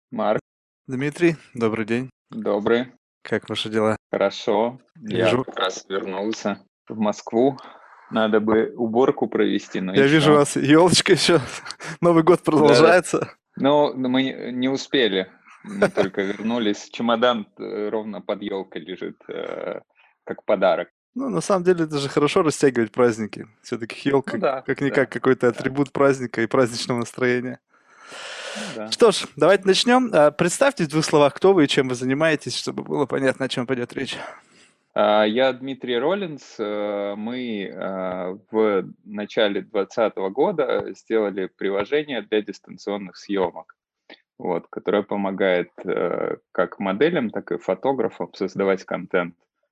Марк, Дмитрий, добрый день. добрый, Как ваши дела? хорошо. Я Вижу, как раз вернулся в Москву. Надо бы уборку провести, но я вижу у еще. вас елочка еще. Новый год Да-да. продолжается. Но мы не успели. Мы только вернулись. Чемодан ровно под елкой лежит, как подарок. Ну, на самом деле, это же хорошо растягивать праздники. Все-таки Ну елка, да, как-никак, да, какой-то да, атрибут праздника и праздничного настроения. ну да. Что ж, давайте начнем. Представьте в двух словах, кто вы и чем вы занимаетесь, чтобы было понятно, о чем пойдет речь. Я Дмитрий Роллинс. Мы в начале 2020 года сделали приложение для дистанционных съемок. Вот, которая помогает как моделям, так и фотографам создавать контент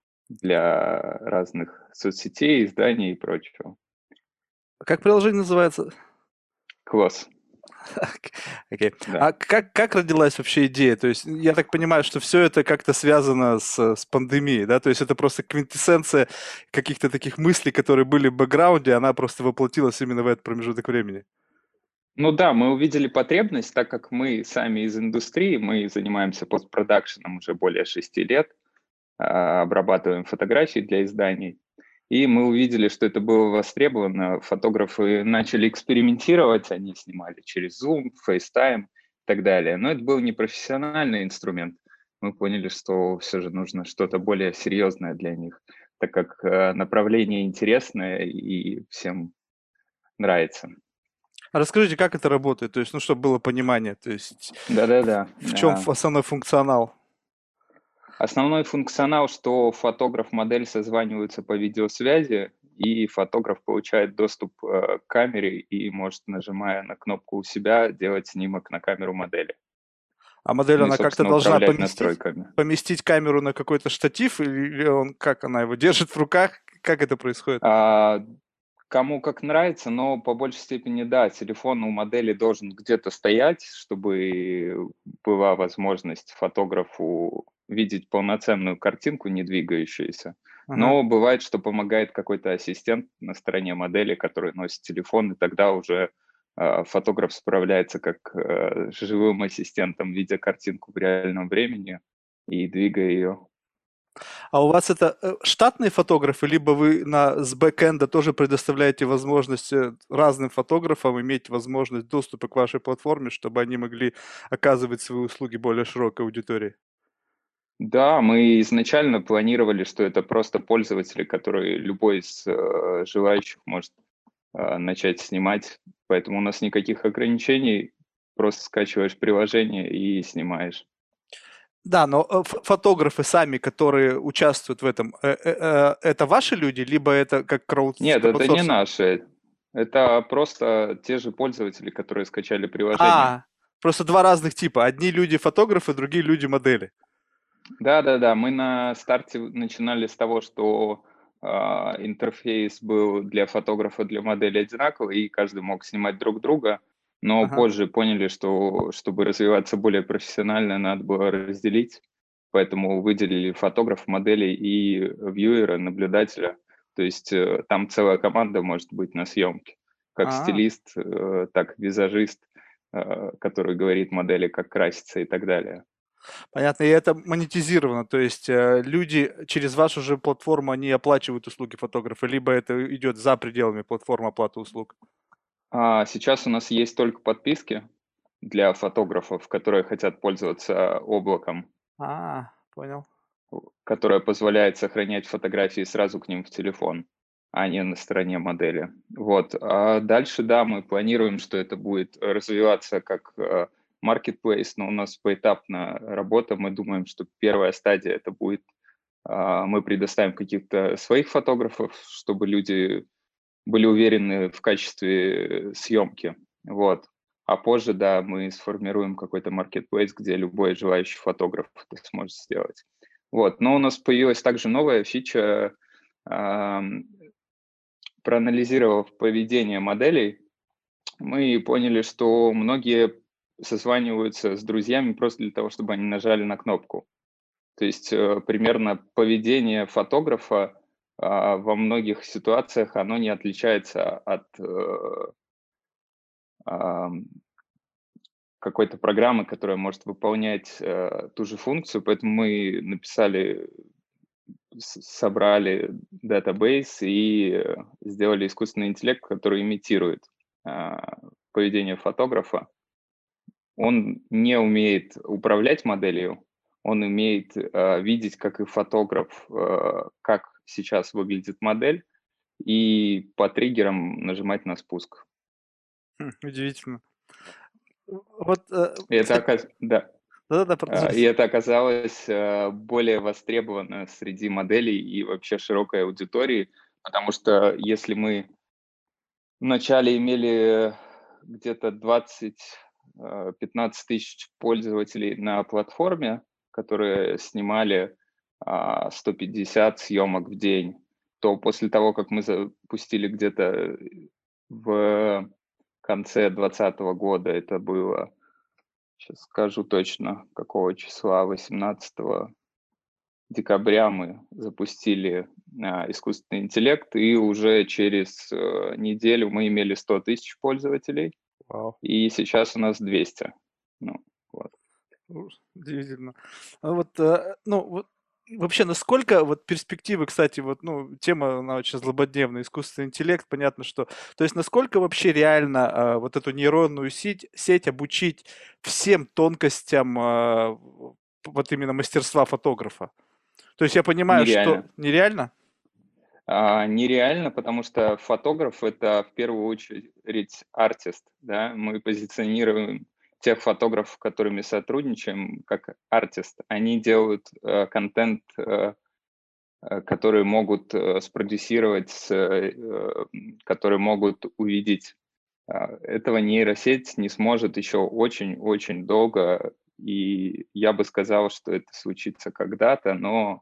для разных соцсетей, изданий и прочего. Как приложение называется? Класс, Окей. да. А как родилась вообще идея? То есть я так понимаю, что все это как-то связано с пандемией, да? То есть это просто квинтэссенция каких-то таких мыслей, которые были в бэкграунде, она просто воплотилась именно в этот промежуток времени. Ну да, мы увидели потребность, так как мы сами из индустрии, мы занимаемся постпродакшеном уже более 6 лет, обрабатываем фотографии для изданий. И мы увидели, что это было востребовано. Фотографы начали экспериментировать, они снимали через Zoom, FaceTime и так далее. Но это был не профессиональный инструмент. Мы поняли, что все же нужно что-то более серьезное для них, так как направление интересное и всем нравится. А расскажите, как это работает? То есть, ну, чтобы было понимание, то есть Да-да-да. в чем основной функционал? Основной функционал, что фотограф-модель созваниваются по видеосвязи, и фотограф получает доступ к камере и может, нажимая на кнопку у себя, делать снимок на камеру модели. А модель, Ну и, она как-то собственно, должна управлять поместить, настройками. поместить камеру на какой-то штатив, или он, как она его держит в руках? Как это происходит? А, Кому как нравится, но по большей степени, да, телефон у модели должен где-то стоять, чтобы была возможность фотографу видеть полноценную картинку, не двигающуюся. Ага. Но бывает, что помогает какой-то ассистент на стороне модели, который носит телефон, и тогда уже фотограф справляется как с живым ассистентом, видя картинку в реальном времени и двигая ее. А у вас это штатные фотографы, либо вы с бэкэнда тоже предоставляете возможность разным фотографам иметь возможность доступа к вашей платформе, чтобы они могли оказывать свои услуги более широкой аудитории? Да, мы изначально планировали, что это просто пользователи, которые любой из желающих может начать снимать. Поэтому у нас никаких ограничений, просто скачиваешь приложение и снимаешь. Да, но фотографы сами, которые участвуют в этом, это ваши люди, либо это как Нет, это не краудсорсинг? наши. Это просто те же пользователи, которые скачали приложение. А, просто два разных типа. Одни люди фотографы, другие люди модели. Да-да-да, мы на старте начинали с того, что интерфейс был для фотографа, для модели одинаковый, и каждый мог снимать друг друга, но Ага. позже поняли, что чтобы развиваться более профессионально, надо было разделить, поэтому выделили фотографа, модели и вьюера, наблюдателя. То есть там целая команда может быть на съемке, как А. стилист, так визажист, который говорит модели, как краситься и так далее. Понятно, и это монетизировано, то есть люди через вашу же платформу, они оплачивают услуги фотографа, либо это идет за пределами платформы оплаты услуг? Сейчас у нас есть только подписки для фотографов, которые хотят пользоваться облаком, Понял. которое позволяет сохранять фотографии сразу к ним в телефон, а не на стороне модели. Вот. А дальше, да, мы планируем, что это будет развиваться как marketplace, но у нас поэтапная работа. Мы думаем, что первая стадия это будет, мы предоставим каких-то своих фотографов, чтобы люди были уверены в качестве съемки. Вот. А позже, да, мы сформируем какой-то marketplace, где любой желающий фотограф это сможет сделать. Вот. Но у нас появилась также новая фича, ам, проанализировав поведение моделей, мы поняли, что многие созваниваются с друзьями просто для того, чтобы они нажали на кнопку. То есть примерно поведение фотографа во многих ситуациях оно не отличается от ам, какой-то программы, которая может выполнять ту же функцию, поэтому мы написали, собрали датабейс и сделали искусственный интеллект, который имитирует а, поведение фотографа. Он не умеет управлять моделью, он умеет видеть, как и фотограф, как сейчас выглядит модель, и по триггерам нажимать на спуск. Удивительно. Вот, И это, кстати, да, да-да-да, и продолжайте. это оказалось более востребовано среди моделей и вообще широкой аудитории, потому что если мы вначале имели где-то 15 тысяч пользователей на платформе, которые снимали 150 съемок в день, то после того, как мы запустили где-то в конце 2020 года, это было, сейчас скажу точно, какого числа, 18 декабря мы запустили искусственный интеллект, и уже через неделю мы имели 100 тысяч пользователей, Вау. и сейчас у нас 200. Ну, вот. Удивительно. А вот, ну, вот вообще, насколько вот перспективы, кстати, вот, ну, тема, она очень злободневная, искусственный интеллект, понятно, что, то есть насколько вообще реально вот эту нейронную сеть обучить всем тонкостям вот именно мастерства фотографа? То есть я понимаю, что Нереально. нереально? Нереально, потому что фотограф — это в первую очередь артист, да. Мы позиционируем тех фотографов, с которыми сотрудничаем, как артист. Они делают контент, которые могут спродюсировать, которые могут увидеть. Этого нейросеть не сможет еще очень-очень долго, и я бы сказал, что это случится когда-то, но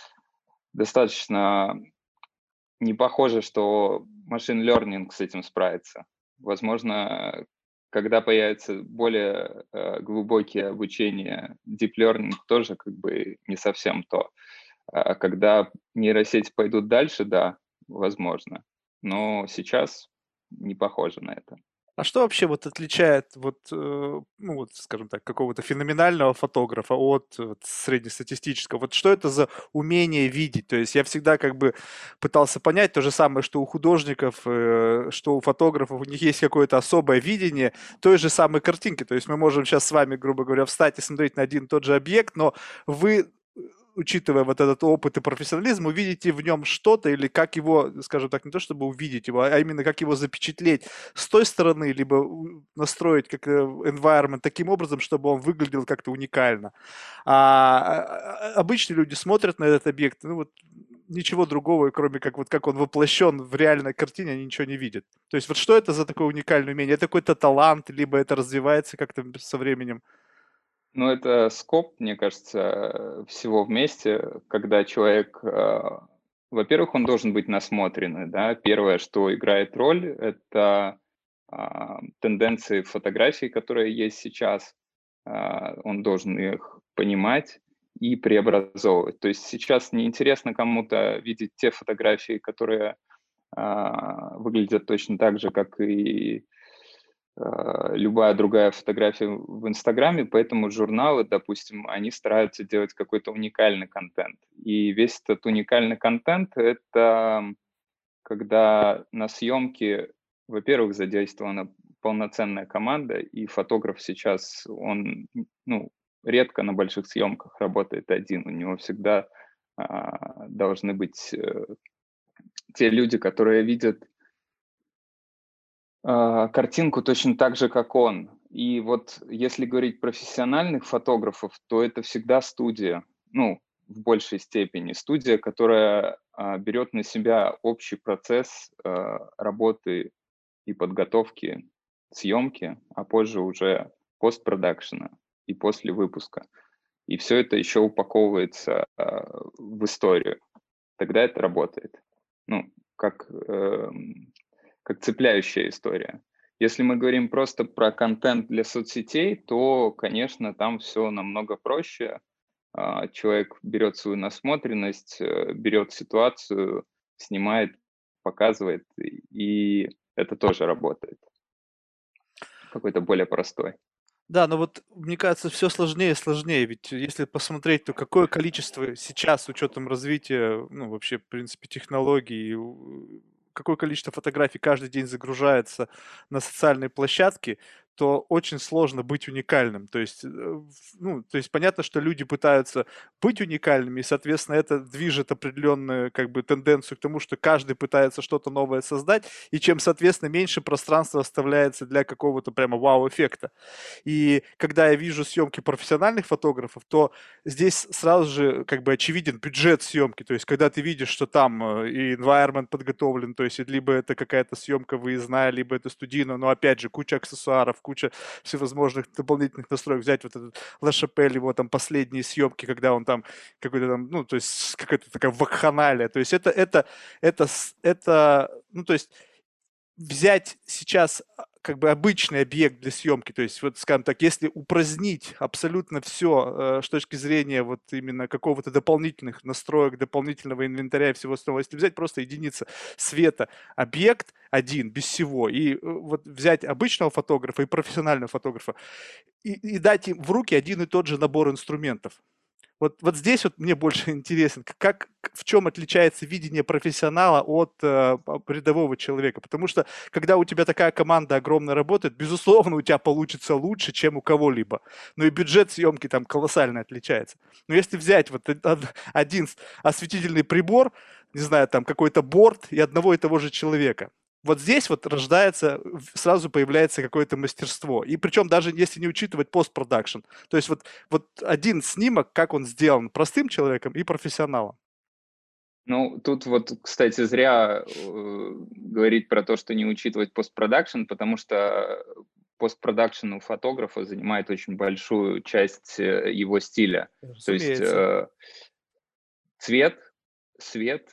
достаточно не похоже, что машин learning с этим справится. Возможно, когда появится более глубокие обучения, deep learning тоже как бы не совсем то. Когда нейросети пойдут дальше, да, возможно, но сейчас не похоже на это. А что вообще вот отличает вот, ну вот, скажем так, какого-то феноменального фотографа от вот среднестатистического? Вот что это за умение видеть? То есть я всегда как бы пытался понять то же самое, что у художников, что у фотографов, у них есть какое-то особое видение той же самой картинки. То есть мы можем сейчас с вами, грубо говоря, встать и смотреть на один и тот же объект, но вы учитывая вот этот опыт и профессионализм, увидите в нем что-то или как его, скажем так, не то чтобы увидеть его, а именно как его запечатлеть с той стороны, либо настроить как environment таким образом, чтобы он выглядел как-то уникально. Обычные люди смотрят на этот объект, ну вот ничего другого, кроме как вот как он воплощен в реальной картине, они ничего не видят. То есть вот что это за такое уникальное умение? Это какой-то талант, либо это развивается как-то со временем? Ну, это скоп, мне кажется, всего вместе, когда человек, во-первых, он должен быть насмотренный, да. Первое, что играет роль — это тенденции фотографий, которые есть сейчас. Он должен их понимать и преобразовывать. То есть сейчас неинтересно кому-то видеть те фотографии, которые выглядят точно так же, как и любая другая фотография в Инстаграме, поэтому журналы, допустим, они стараются делать какой-то уникальный контент. И весь этот уникальный контент — это когда на съемке, во-первых, задействована полноценная команда, и фотограф сейчас, он, ну, редко на больших съемках работает один, у него всегда должны быть те люди, которые видят картинку точно так же, как он. И вот если говорить профессиональных фотографов, то это всегда студия, ну, в большей степени. Студия, которая берет на себя общий процесс работы и подготовки съемки, а позже уже постпродакшена и после выпуска. И все это еще упаковывается в историю. Тогда это работает. Ну, как как цепляющая история. Если мы говорим просто про контент для соцсетей, то, конечно, там все намного проще. Человек берет свою насмотренность, берет ситуацию, снимает, показывает, и это тоже работает. Какой-то более простой. Да, но вот мне кажется, все сложнее и сложнее. Ведь если посмотреть, то какое количество сейчас, с учетом развития, ну, вообще, в принципе, технологий, какое количество фотографий каждый день загружается на социальные площадки, то очень сложно быть уникальным. То есть, ну, то есть понятно, что люди пытаются быть уникальными, и, соответственно, это движет определенную, как бы, тенденцию к тому, что каждый пытается что-то новое создать, и чем, соответственно, меньше пространства оставляется для какого-то прямо вау-эффекта. И когда я вижу съемки профессиональных фотографов, то здесь сразу же как бы очевиден бюджет съемки. То есть когда ты видишь, что там и environment подготовлен, то есть либо это какая-то съемка выездная, либо это студийная, но опять же куча аксессуаров, куча всевозможных дополнительных настроек. Взять вот этот Ла Шапель, его там последние съемки, когда он там какой-то там, ну, то есть какая-то такая вакханалия. То есть это, ну, то есть взять сейчас как бы обычный объект для съемки, то есть вот, скажем так, если упразднить абсолютно все с точки зрения вот именно какого-то дополнительных настроек, дополнительного инвентаря и всего остального, если взять просто единица света, объект один, без всего, и вот взять обычного фотографа и профессионального фотографа, и дать им в руки один и тот же набор инструментов. Вот здесь вот мне больше интересен, в чем отличается видение профессионала от рядового человека. Потому что, когда у тебя такая команда огромная работает, безусловно, у тебя получится лучше, чем у кого-либо. Но и бюджет съемки там колоссально отличается. Но если взять вот один осветительный прибор, не знаю, там какой-то борт и одного и того же человека, вот здесь вот рождается, сразу появляется какое-то мастерство. И причем даже если не учитывать постпродакшн. То есть вот один снимок, как он сделан простым человеком и профессионалом. Ну, тут вот, кстати, зря говорить про то, что не учитывать постпродакшн, потому что постпродакшн у фотографа занимает очень большую часть его стиля. То есть Разумеется. цвет, свет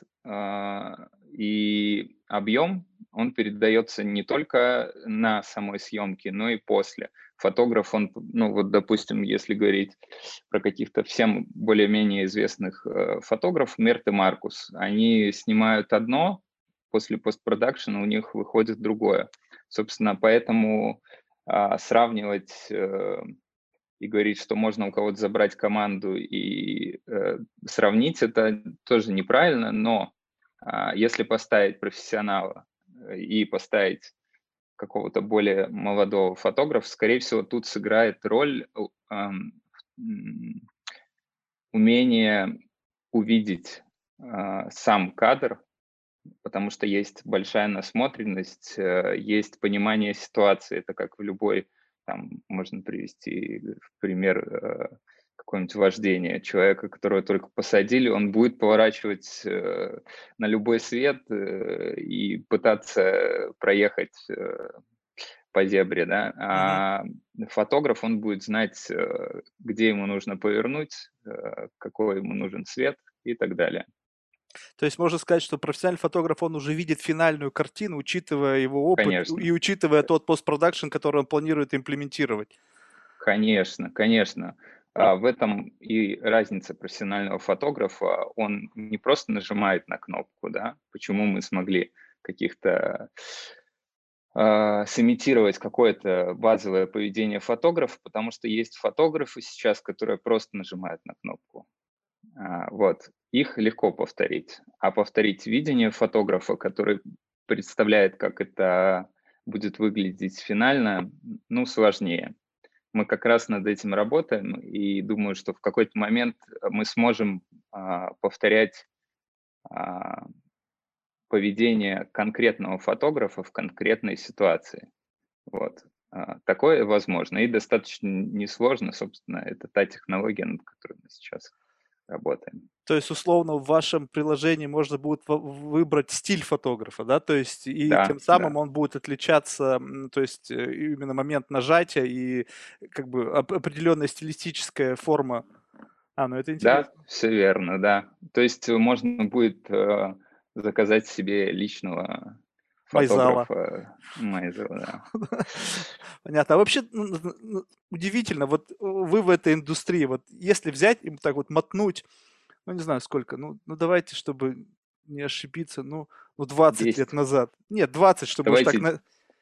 и объем, он передается не только на самой съемке, но и после. Фотограф, он, ну вот, допустим, если говорить про каких-то всем более-менее известных фотографов, Мерт и Маркус, они снимают одно, после постпродакшена у них выходит другое. Собственно, поэтому сравнивать и говорить, что можно у кого-то забрать команду и сравнить, это тоже неправильно, но если поставить профессионала и поставить какого-то более молодого фотографа, скорее всего, тут сыграет роль умение увидеть сам кадр, потому что есть большая насмотренность, есть понимание ситуации. Это как в любой, там, можно привести в пример какое-нибудь вождение человека, которого только посадили, он будет поворачивать на любой свет и пытаться проехать по зебре, да, Мгм. а фотограф, он будет знать, где ему нужно повернуть, какой ему нужен свет и так далее. То есть можно сказать, что профессиональный фотограф, он уже видит финальную картину, учитывая его опыт и Конечно. учитывая тот постпродакшн, который он планирует имплементировать. Конечно, конечно. В этом и разница профессионального фотографа. Он не просто нажимает на кнопку, да, почему мы смогли каких-то сымитировать какое-то базовое поведение фотографа, потому что есть фотографы сейчас, которые просто нажимают на кнопку. Вот. Их легко повторить. А повторить видение фотографа, который представляет, как это будет выглядеть финально, ну, сложнее. Мы как раз над этим работаем, и думаю, что в какой-то момент мы сможем повторять а, поведение конкретного фотографа в конкретной ситуации. Вот. Такое возможно и достаточно несложно, собственно, это та технология, над которой мы сейчас работаем. То есть, условно, в вашем приложении можно будет выбрать стиль фотографа, да, то есть, и Да, тем самым да. он будет отличаться, то есть, именно момент нажатия и как бы определенная стилистическая форма. Ну это Да, интересно. все верно, да. То есть можно будет заказать себе личного Майзала. фотографа Мейзела, да. Понятно. А вообще удивительно, вот вы в этой индустрии, вот если взять и так вот мотнуть, ну не знаю сколько, ну давайте, чтобы не ошибиться, ну 20 лет 10. назад. Нет, 20, чтобы уж так Давайте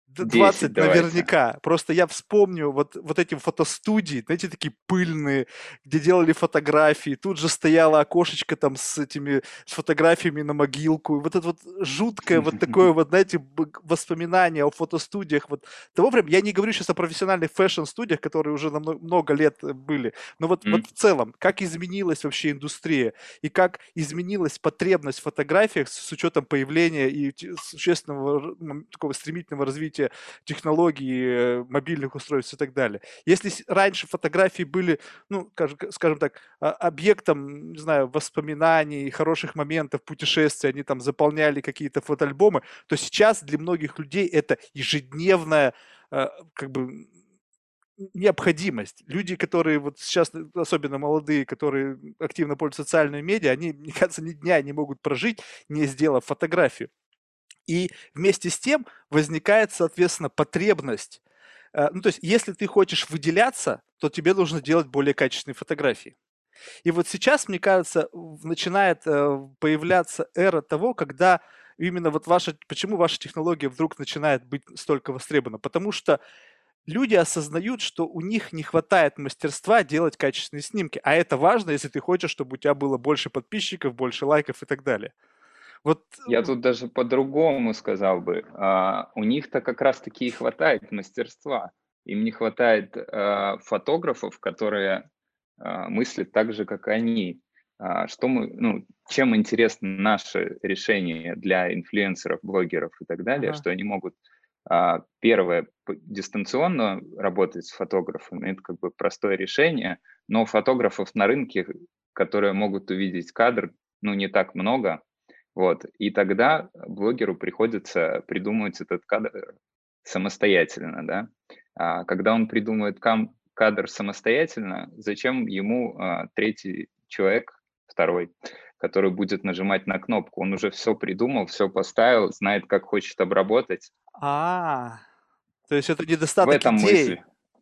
10 20 давайте. наверняка. Просто я вспомню вот эти фотостудии, знаете, такие пыльные, где делали фотографии. Тут же стояло окошечко там с фотографиями на могилку. И вот это вот жуткое вот такое вот, знаете, воспоминание о фотостудиях вот того времени. Я не говорю сейчас о профессиональных фэшн-студиях, которые уже на много лет были, но вот в целом, как изменилась вообще индустрия и как изменилась потребность в фотографиях с учетом появления и существенного такого стремительного развития технологий, мобильных устройств и так далее. Если раньше фотографии были, ну, скажем так, объектом, не знаю, воспоминаний, хороших моментов, путешествий, они там заполняли какие-то фотоальбомы, то сейчас для многих людей это ежедневная как бы необходимость. Люди, которые вот сейчас, особенно молодые, которые активно пользуются социальными медиа, они, мне кажется, ни дня не могут прожить, не сделав фотографию. И вместе с тем возникает, соответственно, потребность. Ну, то есть, если ты хочешь выделяться, то тебе нужно делать более качественные фотографии. И вот сейчас, мне кажется, начинает появляться эра того, когда именно вот почему ваша технология вдруг начинает быть столько востребована? Потому что люди осознают, что у них не хватает мастерства делать качественные снимки, а это важно, если ты хочешь, чтобы у тебя было больше подписчиков, больше лайков и так далее. Вот, Я тут даже по-другому сказал бы. У них-то как раз-таки и хватает мастерства. Им не хватает фотографов, которые мыслят так же, как они. Чем интересно наше решение для инфлюенсеров, блогеров и так далее, ага, что они могут, первое, дистанционно работать с фотографами, это как бы простое решение, но фотографов на рынке, которые могут увидеть кадр, не так много, вот, и тогда блогеру приходится придумывать этот кадр самостоятельно, да. Когда он придумывает кадр самостоятельно, зачем ему третий человек, второй, который будет нажимать на кнопку? Он уже все придумал, все поставил, знает, как хочет обработать. а, то есть это В недостаток этом мысль. идей.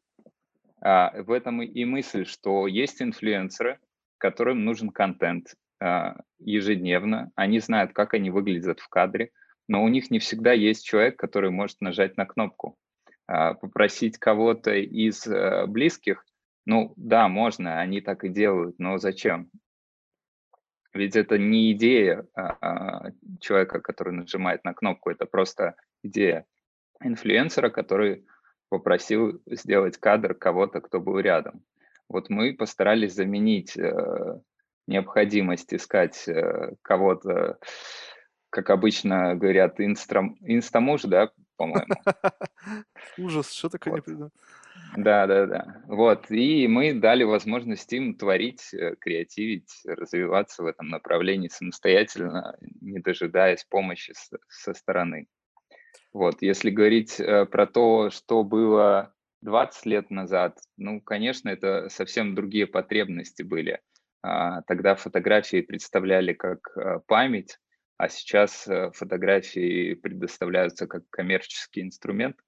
В этом и мысль, что есть инфлюенсеры, которым нужен контент ежедневно. Они знают, как они выглядят в кадре, но у них не всегда есть человек, который может нажать на кнопку. Попросить кого-то из близких, ну да, можно, они так и делают, но зачем? Ведь это не идея человека, который нажимает на кнопку, это просто идея инфлюенсера, который попросил сделать кадр кого-то, кто был рядом. Вот мы постарались заменить необходимость искать кого-то, как обычно говорят, инстамуж, да, по-моему. Ужас, что такое не Вот. придумал. Да-да-да. Вот, и мы дали возможность им творить, креативить, развиваться в этом направлении самостоятельно, не дожидаясь помощи со стороны. Вот, если говорить, про то, что было 20 лет назад, ну, конечно, это совсем другие потребности были. Тогда фотографии представляли как, память, а сейчас, фотографии предоставляются как коммерческий инструмент,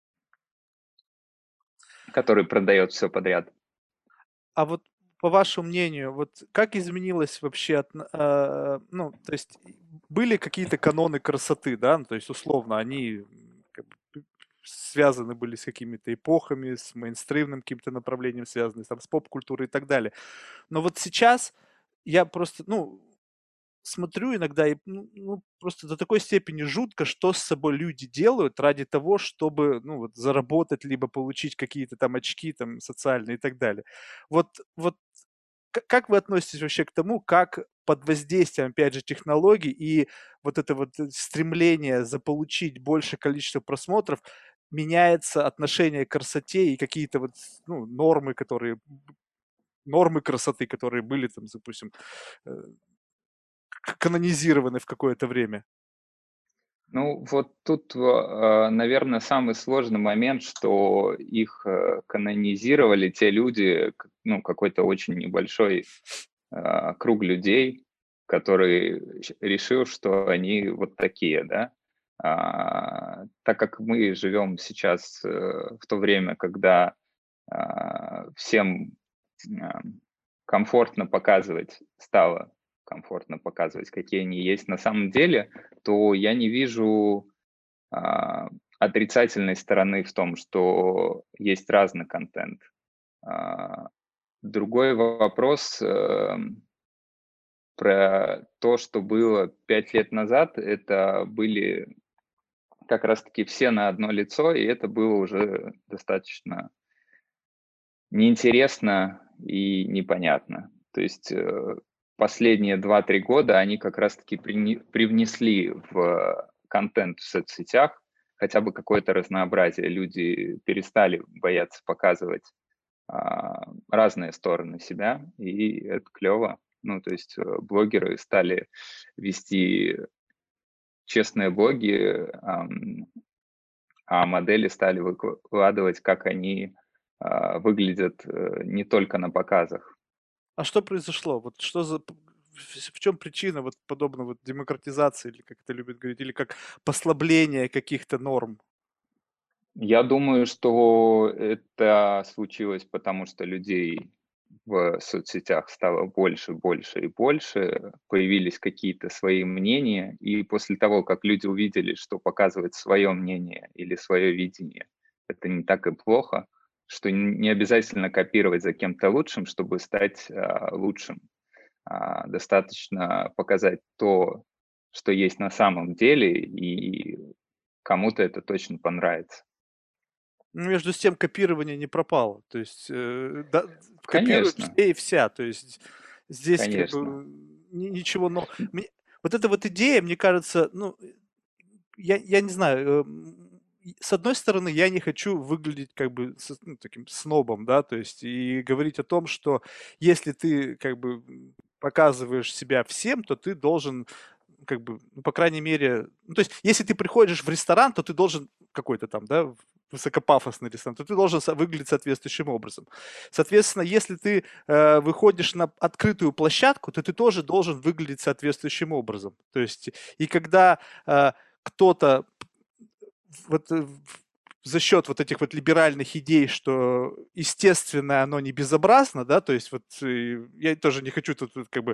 который продает все подряд. А вот по вашему мнению, вот как изменилось вообще, ну, то есть были какие-то каноны красоты, да, ну, то есть условно они как бы связаны были с какими-то эпохами, с мейнстримным каким-то направлением связаны, там, с поп-культурой и так далее. Но вот сейчас я просто, ну, смотрю иногда и, ну, просто до такой степени жутко, что с собой люди делают ради того, чтобы, ну, вот заработать, либо получить какие-то там очки там социальные и так далее. Вот как вы относитесь вообще к тому, как под воздействием, опять же, технологий и вот это вот стремление заполучить большее количество просмотров меняется отношение к красоте и какие-то вот, ну, нормы красоты, которые были там, допустим, э, канонизированы в какое-то время? Ну, вот тут, наверное, самый сложный момент, что их, канонизировали те люди, какой-то очень небольшой, круг людей, который решил, что они вот такие, да. Так как мы живем сейчас, в то время, когда, всем, комфортно показывать стало комфортно показывать, какие они есть на самом деле, то я не вижу, отрицательной стороны в том, что есть разный контент. А, Другой вопрос про то, что было 5 лет назад. Это были как раз-таки все на одно лицо, и это было уже достаточно неинтересно и непонятно. То есть последние 2-3 года они как раз-таки привнесли в контент в соцсетях хотя бы какое-то разнообразие. Люди перестали бояться показывать разные стороны себя, и это клево. Ну, то есть блогеры стали вести честные блоги, а модели стали выкладывать, как они выглядят не только на показах. А что произошло? Вот что за в чем причина вот подобной вот демократизации, или как это любят говорить, или как послабления каких-то норм? Я думаю, что это случилось потому, что людей в соцсетях стало больше, больше и больше, появились какие-то свои мнения, и после того, как люди увидели, что показывать свое мнение или свое видение, это не так и плохо, что не обязательно копировать за кем-то лучшим, чтобы стать лучшим. Достаточно показать то, что есть на самом деле, и кому-то это точно понравится. Ну, между с тем копирование не пропало. То есть, да, копируют Конечно, все и вся. То есть здесь как конечно. бы ничего, но вот эта вот идея, мне кажется, ну, я не знаю, с одной стороны, я не хочу выглядеть как бы ну, таким снобом, да, то есть и говорить о том, что если ты как бы показываешь себя всем, то ты должен как бы, ну, по крайней мере, ну, то есть если ты приходишь в ресторан, то ты должен какой-то там, да, высокопафосный ресторан, то ты должен выглядеть соответствующим образом. Соответственно, если ты выходишь на открытую площадку, то ты тоже должен выглядеть соответствующим образом. То есть и когда кто-то вот за счет вот этих вот либеральных идей, что естественно оно не безобразно, да, то есть вот я тоже не хочу тут как бы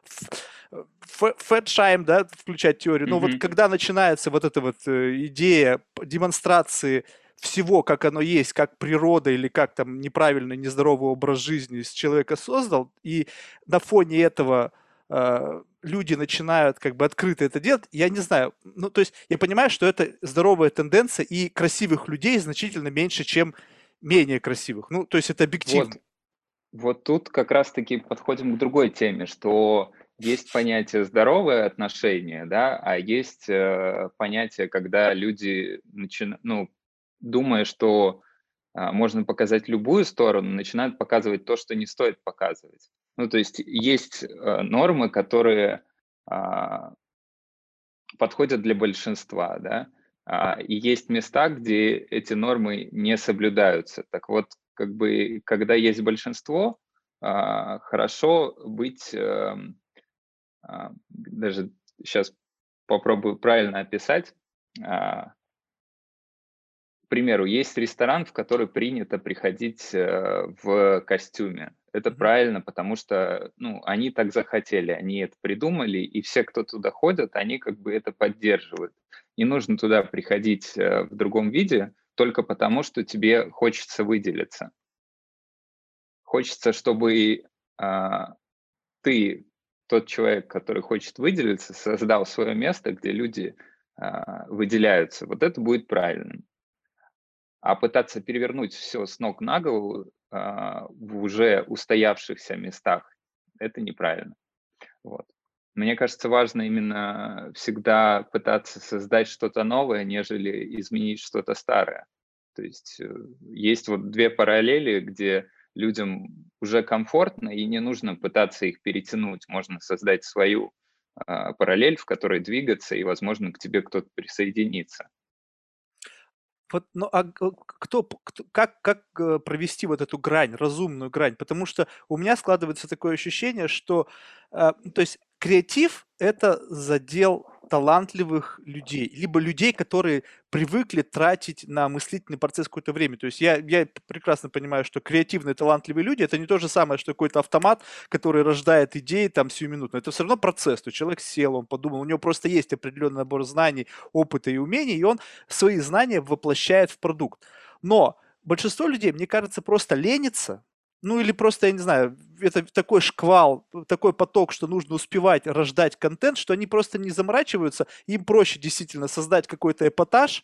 фэтшайм, да, включать теорию, но вот Мгм. когда начинается вот эта вот идея демонстрации всего, как оно есть, как природа или как там неправильный, нездоровый образ жизни с человека создал, и на фоне этого люди начинают как бы открыто это делать, я не знаю, ну, то есть я понимаю, что это здоровая тенденция, и красивых людей значительно меньше, чем менее красивых. Ну, то есть это объективно. Вот, вот тут как раз-таки подходим к другой теме, что есть понятие здоровое отношение, да, а есть понятие, когда люди ну, думая, что можно показать любую сторону, начинают показывать то, что не стоит показывать. Ну, то есть есть нормы, которые а, подходят для большинства, да, и есть места, где эти нормы не соблюдаются. Так вот, как бы, когда есть большинство, хорошо быть, даже сейчас попробую правильно описать. К примеру, есть ресторан, в который принято приходить в костюме. Это Мгм. правильно, потому что, ну, они так захотели, они это придумали, и все, кто туда ходят, они как бы это поддерживают. Не нужно туда приходить в другом виде только потому, что тебе хочется выделиться. Хочется, чтобы а, ты, тот человек, который хочет выделиться, создал свое место, где люди выделяются. Вот это будет правильным. А пытаться перевернуть все с ног на голову, в уже устоявшихся местах — это неправильно. Вот. Мне кажется, важно именно всегда пытаться создать что-то новое, нежели изменить что-то старое. То есть, есть вот 2 параллели, где людям уже комфортно, и не нужно пытаться их перетянуть. Можно создать свою, параллель, в которой двигаться, и, возможно, к тебе кто-то присоединится. Вот, ну, а как провести вот эту грань, разумную грань? Потому что у меня складывается такое ощущение, что, то есть креатив — это задел талантливых людей, либо людей, которые привыкли тратить на мыслительный процесс какое-то время. То есть я прекрасно понимаю, что креативные, талантливые люди — это не то же самое, что какой-то автомат, который рождает идеи там сиюминутно. Это все равно процесс. То есть человек сел, он подумал, у него просто есть определенный набор знаний, опыта и умений, и он свои знания воплощает в продукт. Но большинство людей, мне кажется, просто ленится, ну или просто, я не знаю, это такой шквал, такой поток, что нужно успевать рождать контент, что они просто не заморачиваются, им проще действительно создать какой-то эпатаж,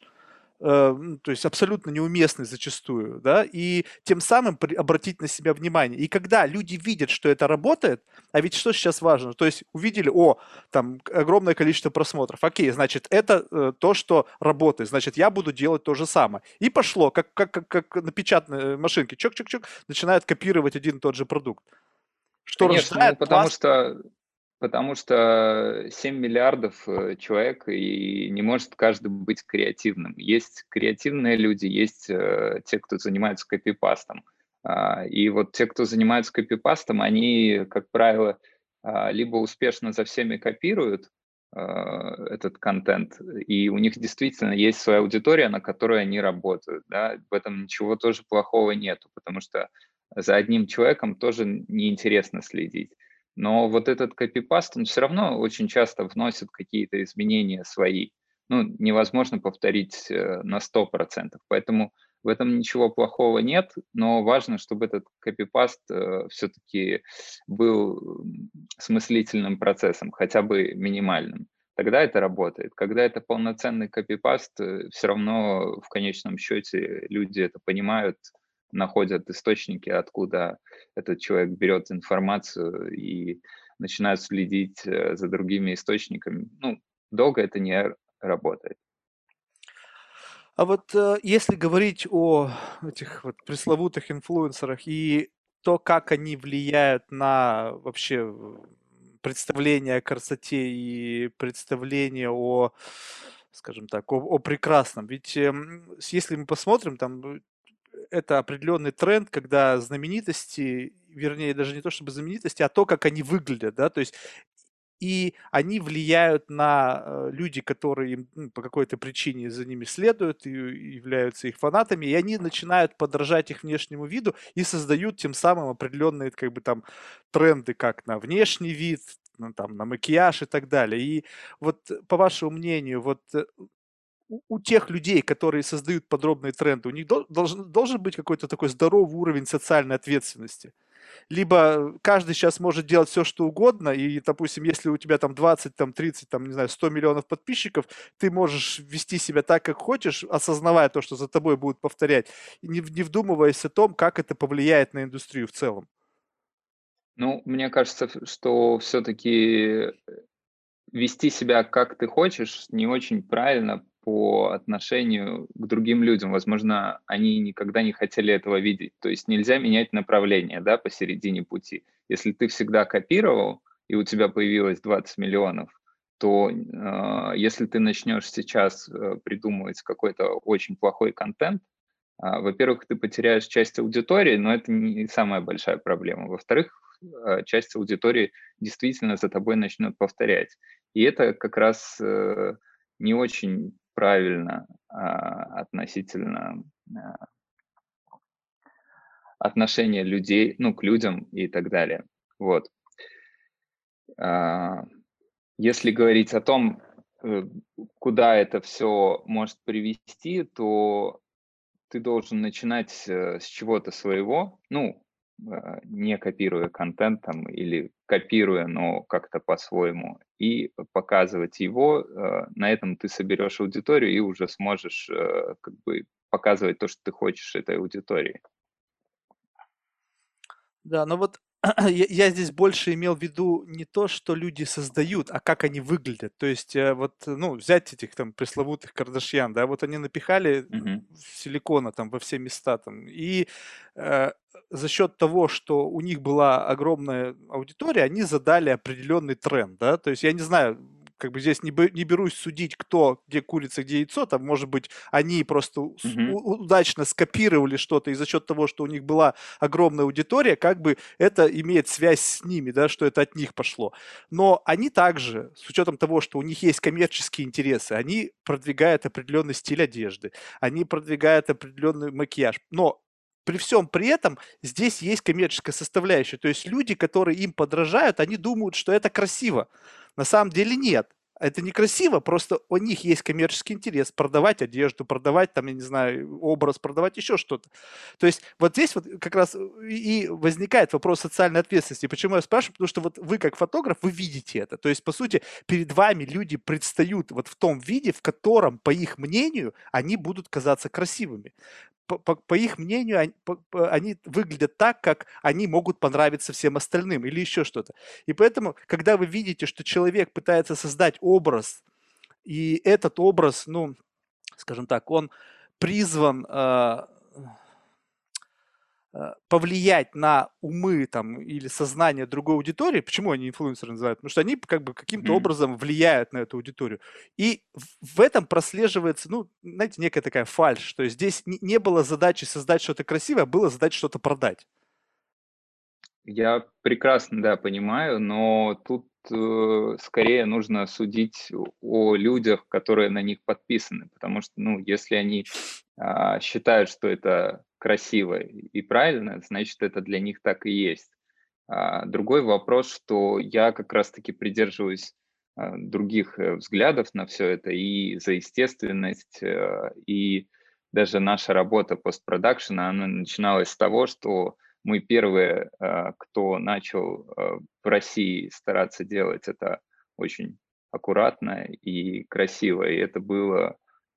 то есть абсолютно неуместный зачастую, да, и тем самым обратить на себя внимание. И когда люди видят, что это работает, а ведь что сейчас важно, то есть увидели, там огромное количество просмотров, окей, значит, это то, что работает, значит, я буду делать то же самое. И пошло, как на печатной машинке, чок-чок-чок, начинают копировать один и тот же продукт, что Конечно, ну рождает пласт. потому что 7 миллиардов человек, и не может каждый быть креативным. Есть креативные люди, есть те, кто занимается копипастом. И вот те, кто занимается копипастом, они, как правило, либо успешно за всеми копируют этот контент, и у них действительно есть своя аудитория, на которой они работают. Да? В этом ничего тоже плохого нету, потому что за одним человеком тоже неинтересно следить. Но вот этот копипаст, он все равно очень часто вносит какие-то изменения свои. Ну, невозможно повторить на 100%. Поэтому в этом ничего плохого нет, но важно, чтобы этот копипаст все-таки был смыслительным процессом, хотя бы минимальным. Тогда это работает. Когда это полноценный копипаст, все равно в конечном счете люди это понимают, находят источники, откуда этот человек берет информацию и начинают следить за другими источниками. Ну, долго это не работает. А вот если говорить о этих вот пресловутых инфлюенсерах и то, как они влияют на вообще представление о красоте и представление о, скажем так, о прекрасном. Ведь если мы посмотрим, там это определенный тренд, когда знаменитости, вернее, даже не то чтобы знаменитости, а то, как они выглядят, да, то есть и они влияют на люди, которые им по какой-то причине за ними следуют и являются их фанатами, и они начинают подражать их внешнему виду и создают тем самым определенные как бы там тренды как на внешний вид, там, на макияж и так далее. И вот по вашему мнению, вот у тех людей, которые создают подробные тренды, у них должен быть какой-то такой здоровый уровень социальной ответственности. Либо каждый сейчас может делать все, что угодно, и, допустим, если у тебя там 20, там 30, там, не знаю, 100 миллионов подписчиков, ты можешь вести себя так, как хочешь, осознавая то, что за тобой будут повторять, и не вдумываясь о том, как это повлияет на индустрию в целом. Ну, мне кажется, что все-таки вести себя как ты хочешь не очень правильно по отношению к другим людям. Возможно, они никогда не хотели этого видеть. То есть нельзя менять направление, да, посередине пути. Если ты всегда копировал, и у тебя появилось 20 миллионов, то если ты начнешь сейчас придумывать какой-то очень плохой контент, во-первых, ты потеряешь часть аудитории, но это не самая большая проблема. Во-вторых, часть аудитории действительно за тобой начнет повторять. И это как раз не очень правильно относительно отношения людей, ну, к людям и так далее. Вот. А, Если говорить о том, э, куда это все может привести, то ты должен начинать с чего-то своего, ну, не копируя контент там или копируя, но как-то по-своему, и показывать его. На этом ты соберешь аудиторию и уже сможешь как бы показывать то, что ты хочешь этой аудитории. Да, но вот я здесь больше имел в виду не то, что люди создают, а как они выглядят. То есть вот, ну, взять этих там пресловутых Кардашьян, да, вот они напихали Мгм. силикона там во все места там, и э, за счет того, что у них была огромная аудитория, они задали определенный тренд, да, то есть я не знаю, как бы здесь не берусь судить, кто, где курица, где яйцо, там, может быть, они просто Мгм. удачно скопировали что-то, и за счет того, что у них была огромная аудитория, как бы это имеет связь с ними, да, что это от них пошло. Но они также, с учетом того, что у них есть коммерческие интересы, они продвигают определенный стиль одежды, они продвигают определенный макияж. Но при всем при этом здесь есть коммерческая составляющая. То есть люди, которые им подражают, они думают, что это красиво. На самом деле нет. Это некрасиво, просто у них есть коммерческий интерес продавать одежду, продавать там, я не знаю, образ, продавать еще что-то. То есть вот здесь вот как раз и возникает вопрос социальной ответственности. Почему я спрашиваю? Потому что вот вы как фотограф, вы видите это. То есть, по сути, перед вами люди предстают вот в том виде, в котором, по их мнению, они будут казаться красивыми. По их мнению, они выглядят так, как они могут понравиться всем остальным или еще что-то. И поэтому, когда вы видите, что человек пытается создать образ, и этот образ, ну, скажем так, он призван повлиять на умы там, или сознание другой аудитории, почему они инфлюенсеры называют? Потому что они как бы каким-то Мгм. образом влияют на эту аудиторию. И в этом прослеживается, ну, знаете, некая такая фальшь. То есть здесь не было задачи создать что-то красивое, а было задача что-то продать. Я прекрасно, да, понимаю, но тут скорее нужно судить о людях, которые на них подписаны, потому что, ну, если они считают, что это красиво и правильно, значит, это для них так и есть. Другой вопрос, что я как раз-таки придерживаюсь других взглядов на все это и за естественность, и даже наша работа постпродакшена, она начиналась с того, что мы первые, кто начал в России стараться делать это очень аккуратно и красиво. И это было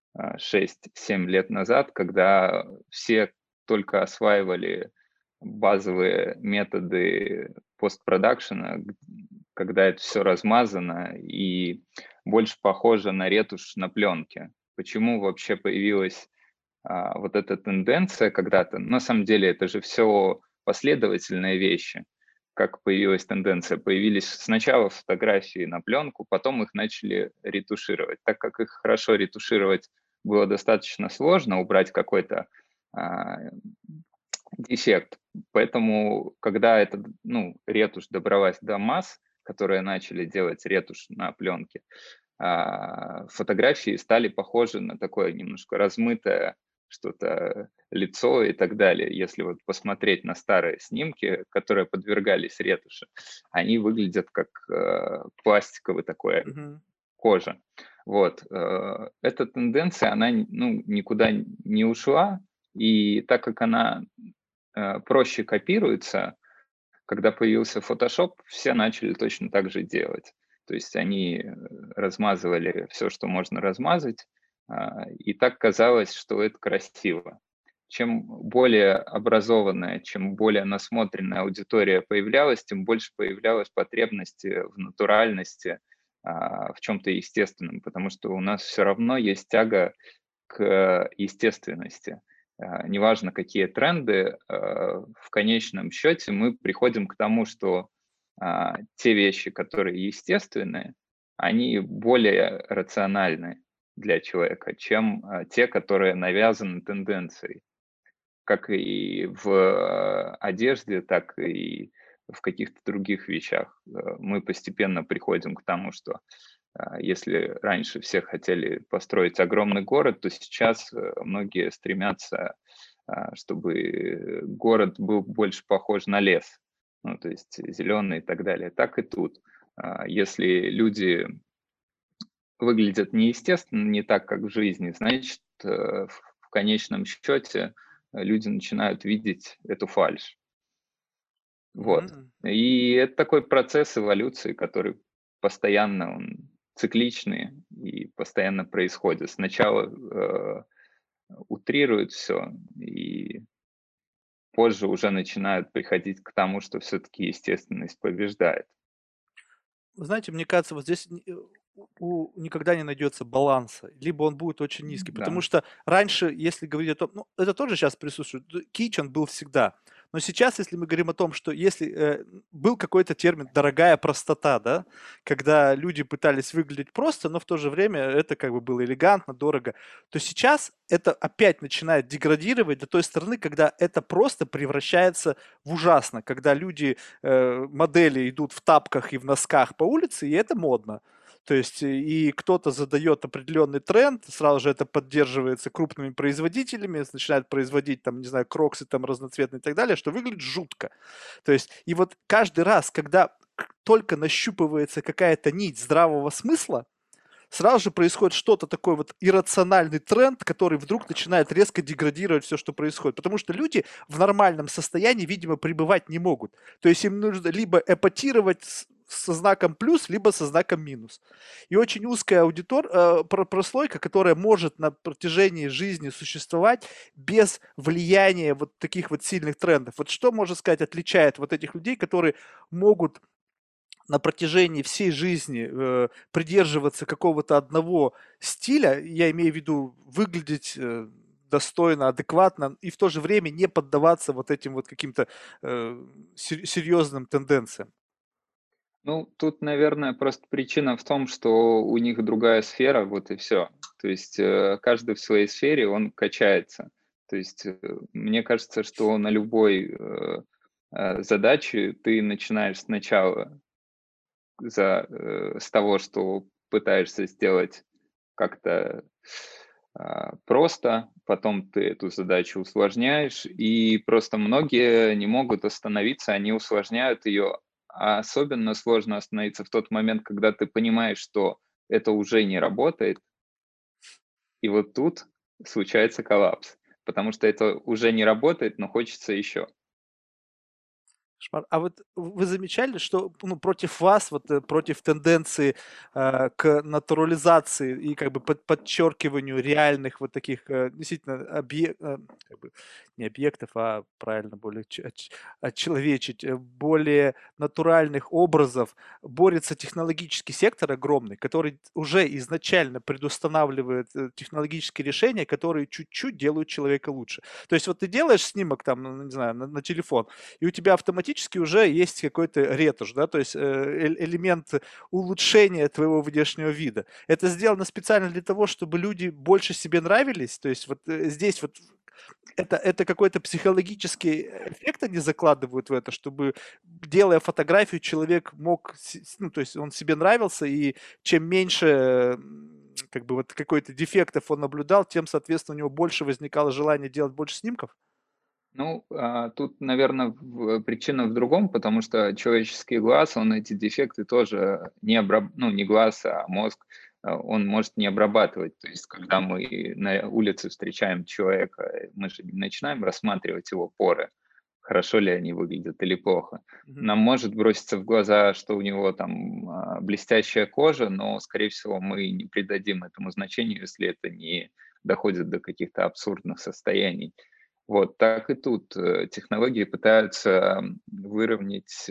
6-7 лет назад, когда все только осваивали базовые методы постпродакшена, когда это все размазано и больше похоже на ретушь на пленке. Почему вообще появилась вот эта тенденция когда-то? На самом деле это же все последовательные вещи. Как появилась тенденция? Появились сначала фотографии на пленку, потом их начали ретушировать. Так как их хорошо ретушировать было достаточно сложно, убрать какой-то а, дефект. Поэтому, когда эта, ну, ретушь добралась до масс, которые начали делать ретушь на пленке, фотографии стали похожи на такое немножко размытое что-то лицо и так далее. Если вот посмотреть на старые снимки, которые подвергались ретуши, они выглядят как пластиковый такой Мгм. кожа. Вот. Эта тенденция, она ну, никуда не ушла, и так как она проще копируется, когда появился Photoshop, все начали точно так же делать. То есть они размазывали все, что можно размазать, и так казалось, что это красиво. Чем более образованная, чем более насмотренная аудитория появлялась, тем больше появлялась потребности в натуральности, в чем-то естественном, потому что у нас все равно есть тяга к естественности. Неважно, какие тренды, в конечном счете мы приходим к тому, что те вещи, которые естественные, они более рациональны для человека, чем те, которые навязаны тенденцией. Как и в одежде, так и в каких-то других вещах. Мы постепенно приходим к тому, что если раньше все хотели построить огромный город, то сейчас многие стремятся, чтобы город был больше похож на лес, ну, то есть зеленый и так далее. Так и тут. Если люди выглядят неестественно, не так, как в жизни, значит, в конечном счете люди начинают видеть эту фальшь. Вот. М. И это такой процесс эволюции, который постоянно, он цикличный и постоянно происходит. Сначала утрируют все, и позже уже начинают приходить к тому, что все-таки естественность побеждает. Вы знаете, мне кажется, вот здесь никогда не найдется баланса, либо он будет очень низкий. Потому Да. что раньше, если говорить о том, ну, это тоже сейчас присутствует, кич он был всегда. Но сейчас, если мы говорим о том, что если был какой-то термин «дорогая простота», да, когда люди пытались выглядеть просто, но в то же время это как бы было элегантно, дорого, то сейчас это опять начинает деградировать до той стороны, когда это просто превращается в ужасно, когда люди, модели идут в тапках и в носках по улице, и это модно. То есть и кто-то задает определенный тренд, сразу же это поддерживается крупными производителями, начинают производить там, не знаю, кроксы там разноцветные и так далее, что выглядит жутко. То есть и вот каждый раз, когда только нащупывается какая-то нить здравого смысла, сразу же происходит что-то такой вот иррациональный тренд, который вдруг начинает резко деградировать все, что происходит. Потому что люди в нормальном состоянии, видимо, пребывать не могут. То есть им нужно либо эпатировать со знаком плюс, либо со знаком минус. И очень узкая прослойка, которая может на протяжении жизни существовать без влияния вот таких вот сильных трендов. Вот что, можно сказать, отличает вот этих людей, которые могут на протяжении всей жизни придерживаться какого-то одного стиля, я имею в виду выглядеть достойно, адекватно, и в то же время не поддаваться вот этим вот каким-то серьезным тенденциям. Ну, тут, наверное, просто причина в том, что у них другая сфера, вот и все. То есть каждый в своей сфере, он качается. То есть мне кажется, что на любой задаче ты начинаешь сначала с того, что пытаешься сделать как-то просто, потом ты эту задачу усложняешь, и просто многие не могут остановиться, они усложняют ее, а особенно сложно остановиться в тот момент, когда ты понимаешь, что это уже не работает, и вот тут случается коллапс, потому что это уже не работает, но хочется еще. Кошмар. А вот вы замечали, что, ну, против вас, вот, против тенденции, к натурализации и как бы подчеркиванию реальных вот таких, действительно как бы не объектов, а правильно более очеловечить, более натуральных образов борется технологический сектор огромный, который уже изначально предустанавливает, технологические решения, которые чуть-чуть делают человека лучше. То есть вот ты делаешь снимок там, ну, не знаю, на телефон, и у тебя автоматически уже есть какой-то ретушь, да, то есть элемент улучшения твоего внешнего вида. Это сделано специально для того, чтобы люди больше себе нравились, то есть вот здесь вот это какой-то психологический эффект они закладывают в это, чтобы, делая фотографию, человек мог, ну, то есть он себе нравился, и чем меньше как бы вот какой-то дефектов он наблюдал, тем, соответственно, у него больше возникало желание делать больше снимков. Ну, тут, наверное, причина в другом, потому что человеческий глаз, он эти дефекты тоже ну, не глаз, а мозг, он может не обрабатывать. То есть, когда мы на улице встречаем человека, мы же не начинаем рассматривать его поры, хорошо ли они выглядят или плохо. Мгм. Нам может броситься в глаза, что у него там блестящая кожа, но, скорее всего, мы не придадим этому значению, если это не доходит до каких-то абсурдных состояний. Вот так и тут. Технологии пытаются выровнять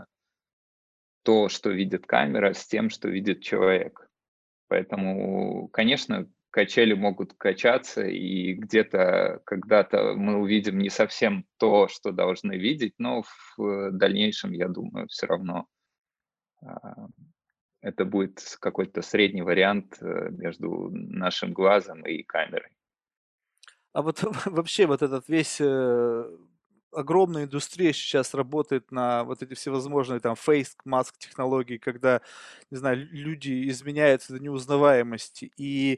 то, что видит камера, с тем, что видит человек. Поэтому, конечно, качели могут качаться, и где-то когда-то мы увидим не совсем то, что должны видеть, но в дальнейшем, я думаю, все равно а, это будет какой-то средний вариант между нашим глазом и камерой. А вот вообще вот этот весь, огромная индустрия сейчас работает на вот эти всевозможные там face mask технологии, когда, не знаю, люди изменяются до неузнаваемости. И,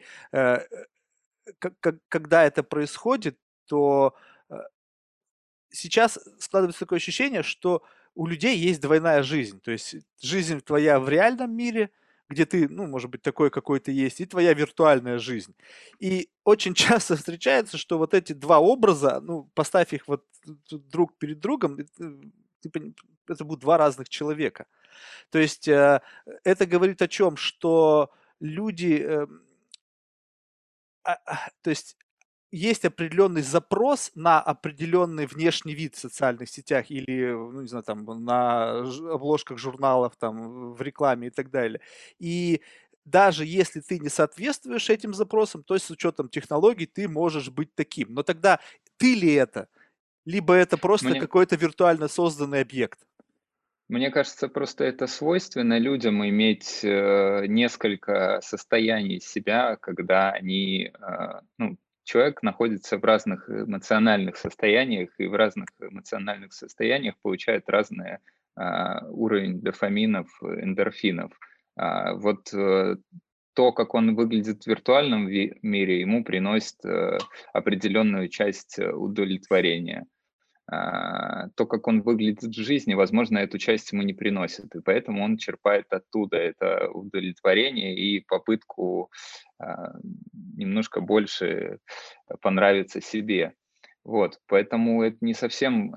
когда это происходит, то, э, сейчас складывается такое ощущение, что у людей есть двойная жизнь. То есть жизнь твоя в реальном мире, где ты, ну, может быть, такой, какой ты есть, и твоя виртуальная жизнь. И очень часто встречается, что вот эти два образа, ну, поставь их вот друг перед другом, это будут два разных человека. То есть это говорит о чем? Что люди, то есть есть определенный запрос на определенный внешний вид в социальных сетях или, ну, не знаю, там, на обложках журналов, там, в рекламе и так далее. И даже если ты не соответствуешь этим запросам, то есть с учетом технологий ты можешь быть таким. Но тогда ты ли это? Либо это просто Мне какой-то виртуально созданный объект? Мне кажется, просто это свойственно людям иметь, несколько состояний себя, когда они, ну, человек находится в разных эмоциональных состояниях, и в разных эмоциональных состояниях получает разный уровень дофаминов, эндорфинов. То, как он выглядит в виртуальном мире, ему приносит, определенную часть удовлетворения. То, как он выглядит в жизни, возможно, эту часть ему не приносит, и поэтому он черпает оттуда это удовлетворение и попытку а, немножко больше понравиться себе. Вот, поэтому это не совсем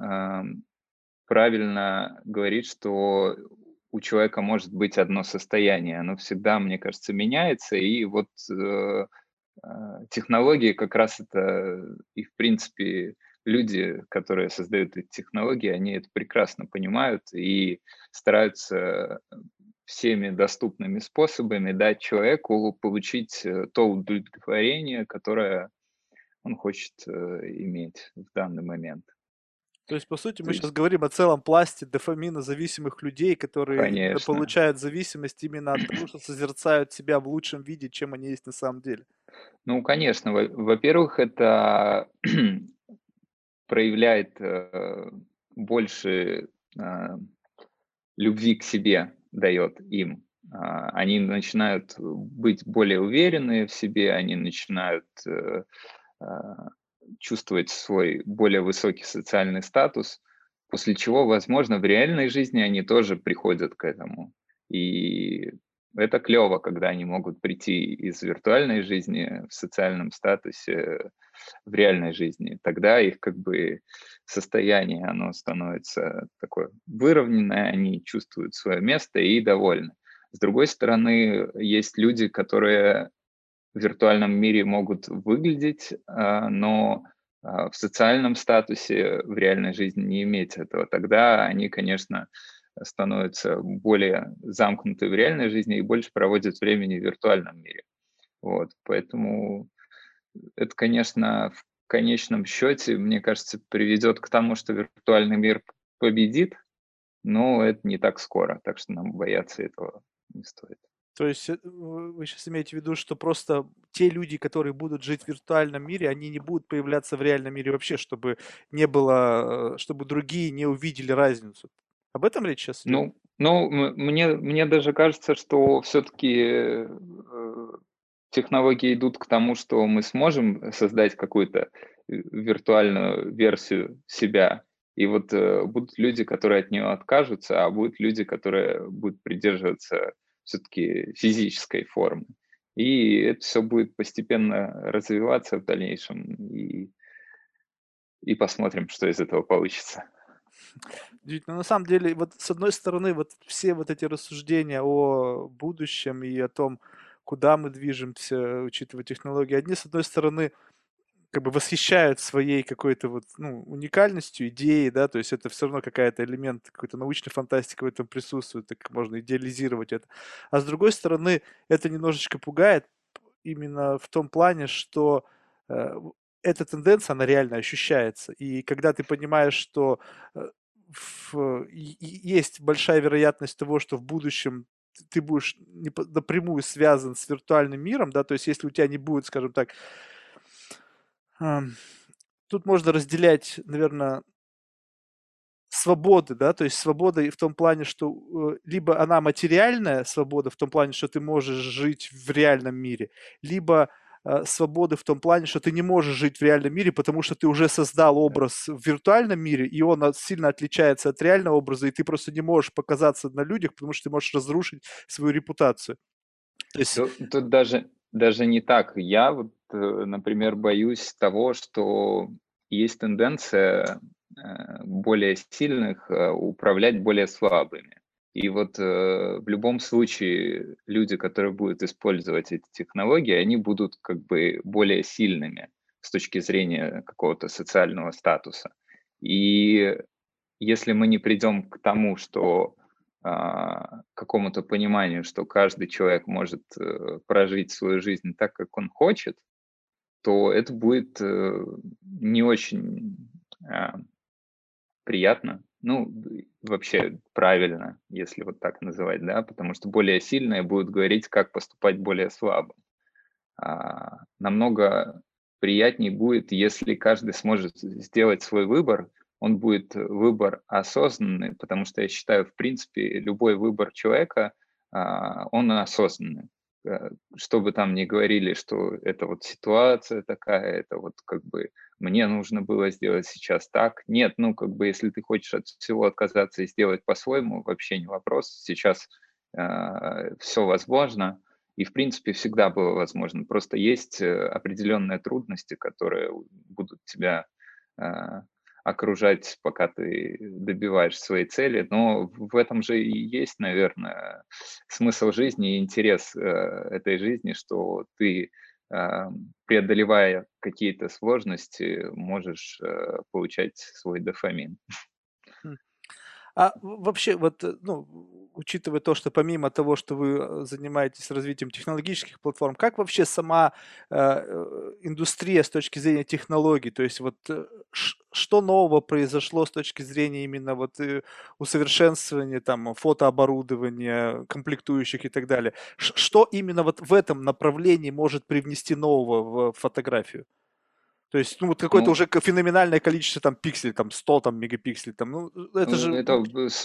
правильно говорить, что у человека может быть одно состояние. Оно всегда, мне кажется, меняется, и вот технологии как раз это и, в принципе, люди, которые создают эти технологии, они это прекрасно понимают и стараются всеми доступными способами дать человеку получить то удовлетворение, которое он хочет иметь в данный момент. То есть, по сути, То мы сейчас есть, говорим о целом пласте дофаминозависимых людей, которые именно конечно. получают зависимость именно от того, что созерцают себя в лучшем виде, чем они есть на самом деле. Ну, конечно, во-первых, это проявляет больше а, любви к себе дает им. Они начинают быть более уверенные в себе, они начинают а, чувствовать свой более высокий социальный статус, после чего, возможно, в реальной жизни они тоже приходят к этому. И это клево, когда они могут прийти из виртуальной жизни в социальном статусе в реальной жизни. Тогда их как бы состояние, оно становится такое выровненное, они чувствуют свое место и довольны. С другой стороны, есть люди, которые в виртуальном мире могут выглядеть, но в социальном статусе в реальной жизни не иметь этого. Тогда они, конечно, становятся более замкнуты в реальной жизни и больше проводят времени в виртуальном мире. Вот, поэтому это, конечно, в конечном счете, мне кажется, приведет к тому, что виртуальный мир победит, но это не так скоро, так что нам бояться этого не стоит. То есть вы сейчас имеете в виду, что просто те люди, которые будут жить в виртуальном мире, они не будут появляться в реальном мире вообще, чтобы не было, чтобы другие не увидели разницу. Об этом речь сейчас идет? Мне даже кажется, что все-таки технологии идут к тому, что мы сможем создать какую-то виртуальную версию себя, и вот будут люди, которые от нее откажутся, а будут люди, которые будут придерживаться все-таки физической формы. И это все будет постепенно развиваться в дальнейшем, и посмотрим, что из этого получится. Действительно, на самом деле, вот с одной стороны, вот все вот эти рассуждения о будущем и о том, куда мы движемся, учитывая технологии, одни, с одной стороны, как бы восхищают своей какой-то вот, ну, уникальностью идеи, да, то есть это все равно какая-то элемент какой-то научной фантастики в этом присутствует, так можно идеализировать это. А с другой стороны, это немножечко пугает именно в том плане, что эта тенденция, она реально ощущается. И когда ты понимаешь, что э, есть большая вероятность того, что в будущем ты будешь напрямую связан с виртуальным миром, да, то есть если у тебя не будет, скажем так, ам, тут можно разделять, наверное, свободы, да, то есть свобода и в том плане, что либо она материальная свобода, в том плане, что ты можешь жить в реальном мире, либо свободы в том плане, что ты не можешь жить в реальном мире, потому что ты уже создал образ в виртуальном мире, и он сильно отличается от реального образа, и ты просто не можешь показаться на людях, потому что ты можешь разрушить свою репутацию. То есть, Тут даже не так. Я вот, например, боюсь того, что есть тенденция более сильных управлять более слабыми. И вот в любом случае люди, которые будут использовать эти технологии, они будут как бы более сильными с точки зрения какого-то социального статуса. И если мы не придем к тому, что какому-то пониманию, что каждый человек может прожить свою жизнь так, как он хочет, то это будет не очень приятно. Ну, вообще правильно, если вот так называть, да, потому что более сильные будут говорить, как поступать более слабо. Намного приятнее будет, если каждый сможет сделать свой выбор. Он будет выбор осознанный, потому что я считаю, в принципе, любой выбор человека, он осознанный. Что бы там ни говорили, что это вот ситуация такая, это вот как бы мне нужно было сделать сейчас так. Нет, ну как бы если ты хочешь от всего отказаться и сделать по-своему, вообще не вопрос. Сейчас все возможно. И, в принципе, всегда было возможно. Просто есть определенные трудности, которые будут тебя а, окружать, пока ты добиваешь своей цели. Но в этом же и есть, наверное, смысл жизни и интерес этой жизни, что ты, преодолевая какие-то сложности, можешь получать свой дофамин. Вообще, вот, ну, учитывая то, что помимо того, что вы, занимаетесь развитием технологических платформ, как вообще сама, индустрия с точки зрения технологий? То есть вот, что нового произошло с точки зрения именно вот, усовершенствования там фотооборудования, комплектующих и так далее? Что именно вот в этом направлении может привнести нового в фотографию? То есть, ну, вот какое-то Ну, уже феноменальное количество там пикселей, там 100 там мегапикселей, там, ну, это же, Это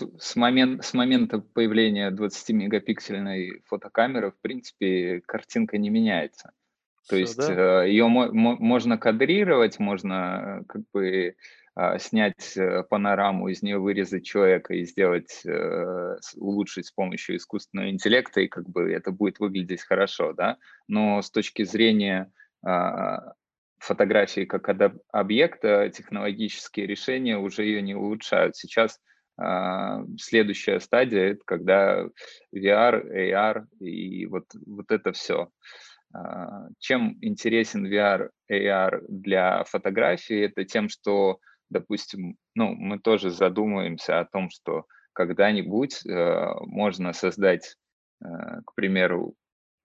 с момента появления 20-мегапиксельной фотокамеры, в принципе, картинка не меняется. То все, есть да? ее можно кадрировать, можно как бы снять панораму, из нее вырезать человека и сделать, улучшить с помощью искусственного интеллекта, и как бы это будет выглядеть хорошо, да. Но с точки зрения а, фотографии как объекта, технологические решения уже ее не улучшают. Сейчас следующая стадия — это когда VR, AR и вот это все. Чем интересен VR, AR для фотографии? Это тем, что, допустим, ну, мы тоже задумываемся о том, что когда-нибудь можно создать, к примеру,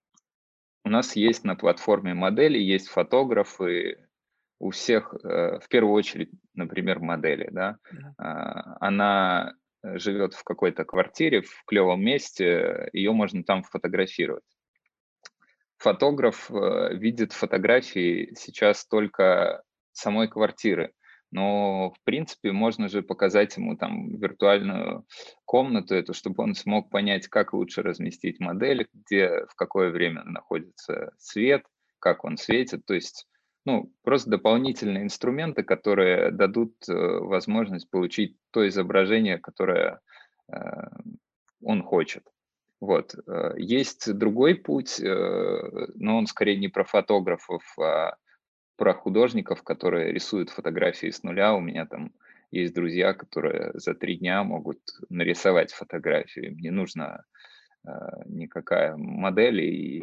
у нас есть на платформе модели, есть фотографы, у всех, в первую очередь, например, модели, да, Мгм. она живет в какой-то квартире, в клевом месте, ее можно там фотографировать. Фотограф видит фотографии сейчас только самой квартиры, но, в принципе, можно же показать ему там виртуальную комнату эту, чтобы он смог понять, как лучше разместить модель, где, в какое время находится свет, как он светит. То есть, ну, просто дополнительные инструменты, которые дадут возможность получить то изображение, которое э, он хочет. Вот. Есть другой путь, но он скорее не про фотографов, а про художников, которые рисуют фотографии с нуля. У меня там есть друзья, которые за 3 дня могут нарисовать фотографию. Им не нужна никакая модель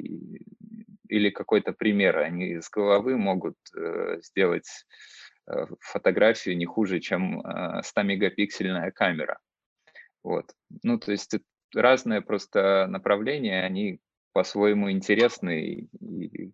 или какой-то пример. Они с головы могут сделать фотографию не хуже, чем 100-мегапиксельная камера. Вот. Ну, то есть разные просто направления, они по-своему интересны, и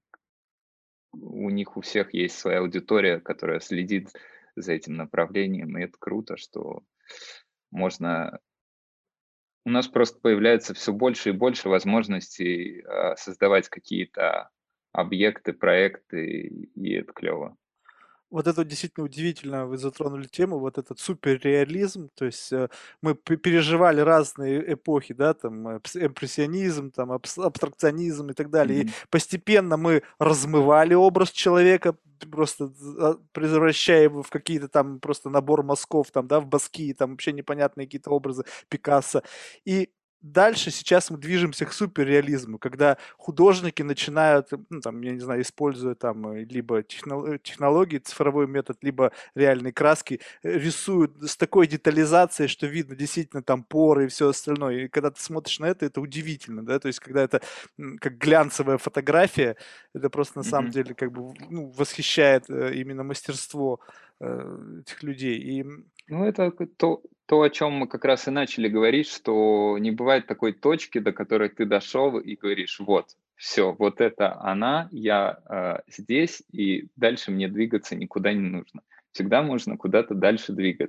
у них у всех есть своя аудитория, которая следит за этим направлением, и это круто, что можно. У нас просто появляется все больше и больше возможностей создавать какие-то объекты, проекты, и это клево. Вот это вот действительно удивительно, вы затронули тему, вот этот суперреализм, то есть мы переживали разные эпохи, да, там импрессионизм, там абстракционизм и так далее, и Мгм. постепенно мы размывали образ человека, просто превращая его в какие-то там просто набор мазков, там, да, в Баскии, там вообще непонятные какие-то образы Пикассо, и дальше сейчас мы движемся к суперреализму, когда художники начинают, ну, там, я не знаю, используя там либо технологии, цифровой метод, либо реальные краски, рисуют с такой детализацией, что видно действительно там поры и все остальное. И когда ты смотришь на это удивительно, да, то есть когда это как глянцевая фотография, это просто на самом Мгм. деле как бы ну, восхищает именно мастерство этих людей. И Ну, это то, о чем мы как раз и начали говорить, что не бывает такой точки, до которой ты дошел и говоришь: "Вот, все, вот это она, я, здесь, и дальше мне двигаться никуда не нужно". Всегда можно куда-то дальше двигаться.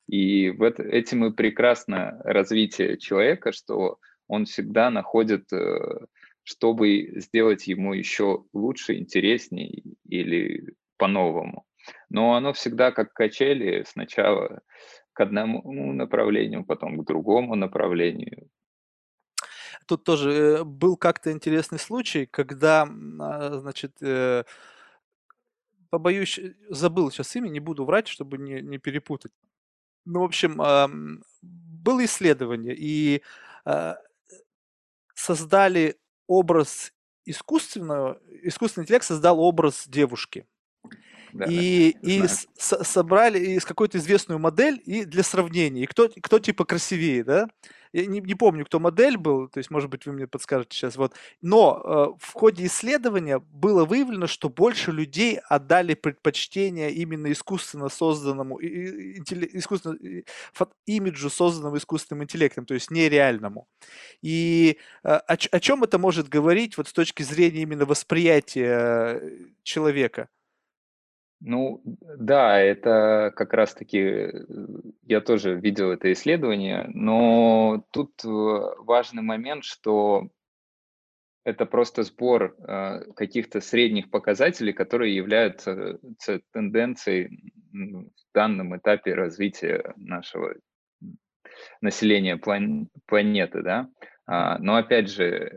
И этим и прекрасно развитие человека, что он всегда находит, чтобы сделать ему еще лучше, интереснее или по-новому. Но оно всегда как качели, сначала к одному направлению, потом к другому направлению. Тут тоже был как-то интересный случай, когда, значит, побоюсь, забыл сейчас имя, не буду врать, чтобы не перепутать. Ну, в общем, было исследование, и а, создали образ искусственный интеллект создал образ девушки. Да, И знаю. собрали из какую-то известную модель и для сравнения, и кто типа красивее, да. Я не помню, кто модель был, то есть, может быть, вы мне подскажете сейчас, вот. Но, в ходе исследования было выявлено, что больше людей отдали предпочтение именно искусственно созданному и интелле искусственно имиджу, созданному искусственным интеллектом, то есть нереальному. И, о чём это может говорить вот с точки зрения именно восприятия, человека? Ну да, это как раз-таки, я тоже видел это исследование, но тут, важный момент, что это просто сбор, каких-то средних показателей, которые являются тенденцией, в данном этапе развития нашего, населения планеты, да. Но опять же,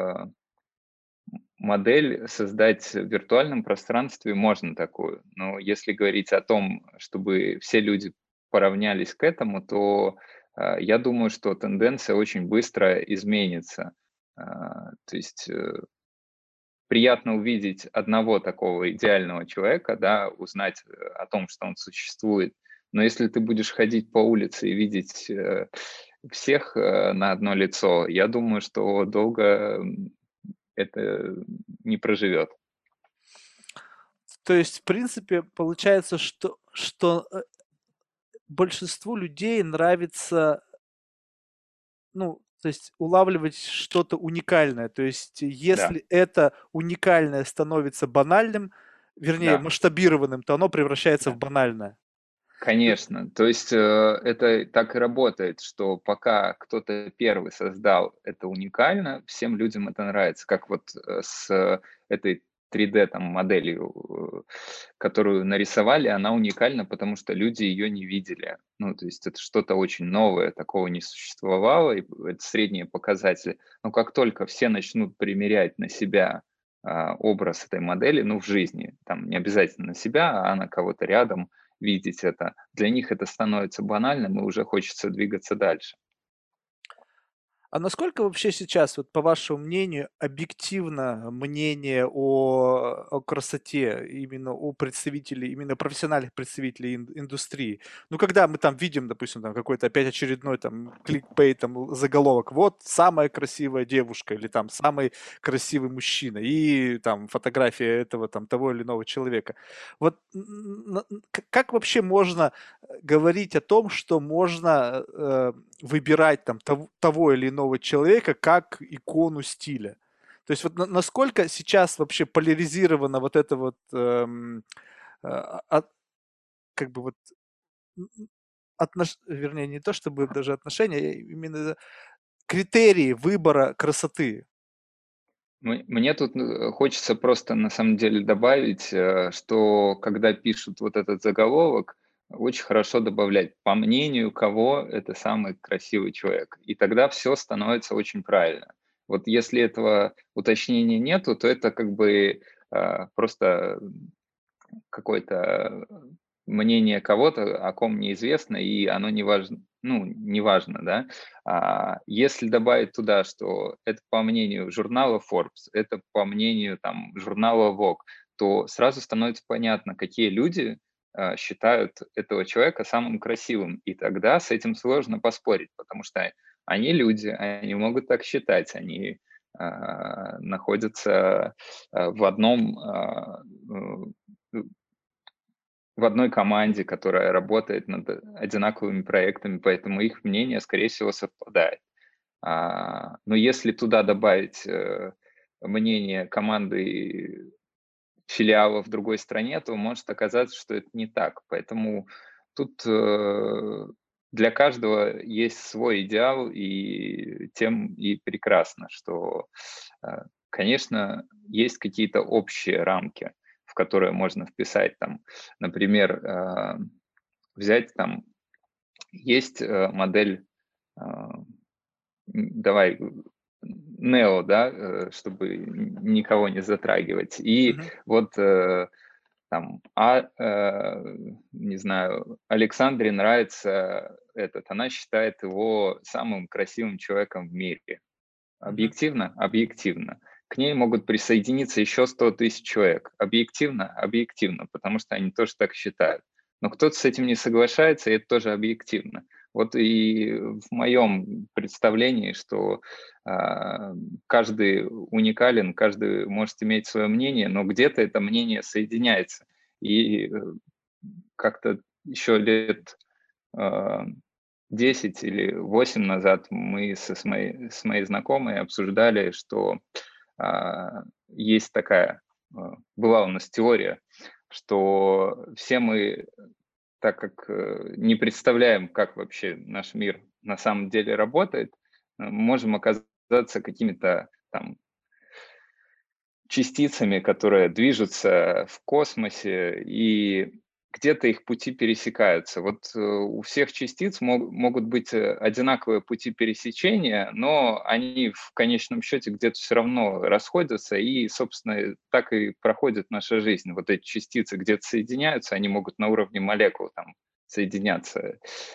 модель создать в виртуальном пространстве можно такую, но если говорить о том, чтобы все люди поравнялись к этому, то, я думаю, что тенденция очень быстро изменится. То есть, приятно увидеть одного такого идеального человека, да, узнать, о том, что он существует. Но если ты будешь ходить по улице и видеть, всех, на одно лицо, я думаю, что долго, это не проживет. То есть, в принципе, получается, что большинству людей нравится, ну, то есть улавливать что-то уникальное. То есть, Да, если это уникальное становится банальным, вернее, да, масштабированным, то оно превращается в да. банальное. Т Конечно. То есть, это так и работает, что пока кто-то первый создал это уникально, всем людям это нравится. Как вот, с этой 3D там моделью, которую нарисовали, она уникальна, потому что люди ее не видели. Ну, то есть это что-то очень новое, такого не существовало, и это средние показатели. Но как только все начнут примерять на себя, образ этой модели, ну, в жизни, там не обязательно на себя, а на кого-то рядом, видеть это. Для них это становится банальным, и уже хочется двигаться дальше. А насколько вообще сейчас, вот по вашему мнению, объективно мнение о красоте именно у представителей, именно профессиональных представителей индустрии? Ну, когда мы там видим, допустим, там какой-то опять очередной там кликбейт, там заголовок, вот самая красивая девушка или там самый красивый мужчина и там фотография этого там того или иного человека. Вот как вообще можно говорить о том, что можно выбирать там того или иного человека как икону стиля. То есть вот насколько сейчас вообще поляризировано вот это вот, как бы вот вернее, не то чтобы даже отношения, именно критерии выбора красоты. Мне тут, хочется просто на самом деле добавить, что когда пишут вот этот заголовок, очень хорошо добавлять, по мнению кого это самый красивый человек. И тогда все становится очень правильно. Вот если этого уточнения нету, то это как бы, просто какое-то мнение кого-то, о ком неизвестно, и оно не важно, ну, не важно, да. Если добавить туда, что это по мнению журнала Forbes, это по мнению там журнала Vogue, то сразу становится понятно, какие люди считают этого человека самым красивым. И тогда с этим сложно поспорить, потому что они люди, они могут так считать, они находятся в одном в одной команде, которая работает над одинаковыми проектами, поэтому их мнение, скорее всего, совпадает. Но если туда добавить, мнение команды филиала в другой стране, то может оказаться, что это не так. Поэтому тут для каждого есть свой идеал, и тем и прекрасно, что, э, конечно, есть какие-то общие рамки, в которые можно вписать там, например, взять там, есть модель, а, давай Нео, да, чтобы никого не затрагивать. И Мгм. вот там, не знаю, Александре нравится она считает его самым красивым человеком в мире. Мгм. Объективно? Объективно. К ней могут присоединиться еще 100 тысяч человек. Объективно? Объективно, потому что они тоже так считают. Но кто-то с этим не соглашается, и это тоже объективно. Вот и в моем представлении, что а, каждый уникален, каждый может иметь свое мнение, но где-то это мнение соединяется. И как-то еще лет а, 10 или 8 назад мы с моей знакомой обсуждали, что есть такая, была у нас теория, что все мы, так как не представляем, как вообще наш мир на самом деле работает, можем оказаться какими-то там частицами, которые движутся в космосе, и где-то их пути пересекаются. Вот у всех частиц могут быть одинаковые пути пересечения, но они в конечном счете где-то все равно расходятся, и, собственно, так и проходит наша жизнь. Вот эти частицы где-то соединяются, они могут на уровне молекул там соединяться,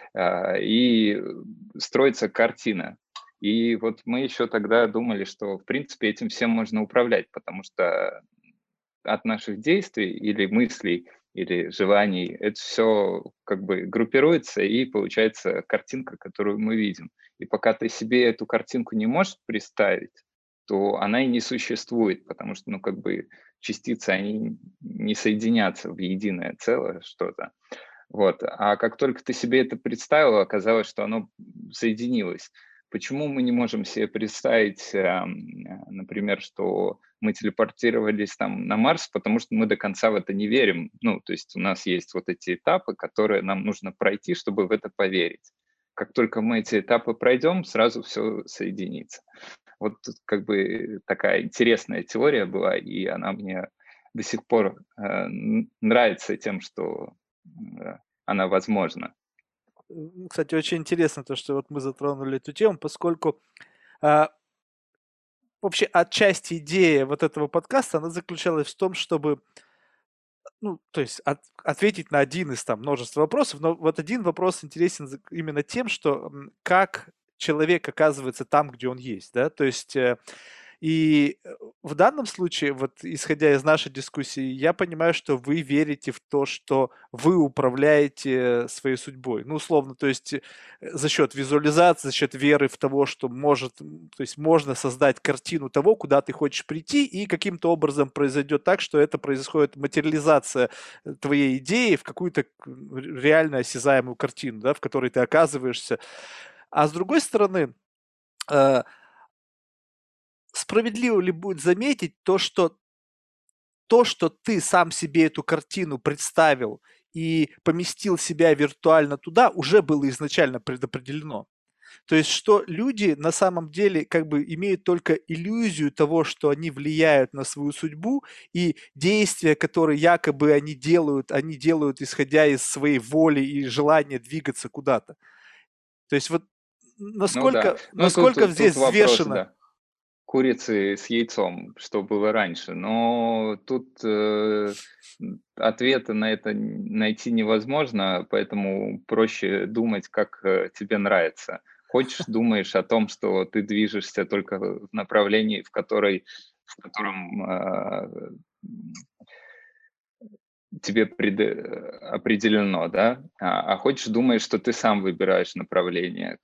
и строится картина. И вот мы еще тогда думали, что, в принципе, этим всем можно управлять, потому что от наших действий или мыслей, или желаний это все как бы группируется, и получается картинка, которую мы видим. И пока ты себе эту картинку не можешь представить, то она и не существует, потому что, ну, как бы частицы, они не соединятся в единое целое что-то. Вот. А как только ты себе это представил, оказалось, что оно соединилось. Почему мы не можем себе представить, например, что мы телепортировались там на Марс, потому что мы до конца в это не верим. Ну, то есть у нас есть вот эти этапы, которые нам нужно пройти, чтобы в это поверить. Как только мы эти этапы пройдем, сразу все соединится. Вот тут как бы такая интересная теория была, и она мне до сих пор нравится тем, что она возможна. Кстати, очень интересно то, что вот мы затронули эту тему, поскольку а, вообще отчасти идея вот этого подкаста, она заключалась в том, чтобы, ну, то есть ответить на один из там множества вопросов, но вот один вопрос интересен именно тем, что как человек оказывается там, где он есть, да, то есть и в данном случае, вот исходя из нашей дискуссии, я понимаю, что вы верите в то, что вы управляете своей судьбой. Ну, условно, то есть за счет визуализации, за счет веры в того, что может, то есть можно создать картину того, куда ты хочешь прийти, и каким-то образом произойдет так, что это происходит материализация твоей идеи в какую-то реально осязаемую картину, да, в которой ты оказываешься. А с другой стороны, э, справедливо ли будет заметить то, что ты сам себе эту картину представил и поместил себя виртуально туда, уже было изначально предопределено. То есть, что люди на самом деле как бы имеют только иллюзию того, что они влияют на свою судьбу, и действия, которые якобы они делают исходя из своей воли и желания двигаться куда-то. То есть вот Ну да. Ну насколько тут здесь вопрос, взвешено. да, курицы с яйцом, что было раньше. Но тут ответа на это найти невозможно, поэтому проще думать, как тебе нравится. Хочешь, думаешь о том, что ты движешься только в направлении, в котором тебе определено, да, а хочешь, думаешь, что ты сам выбираешь направление,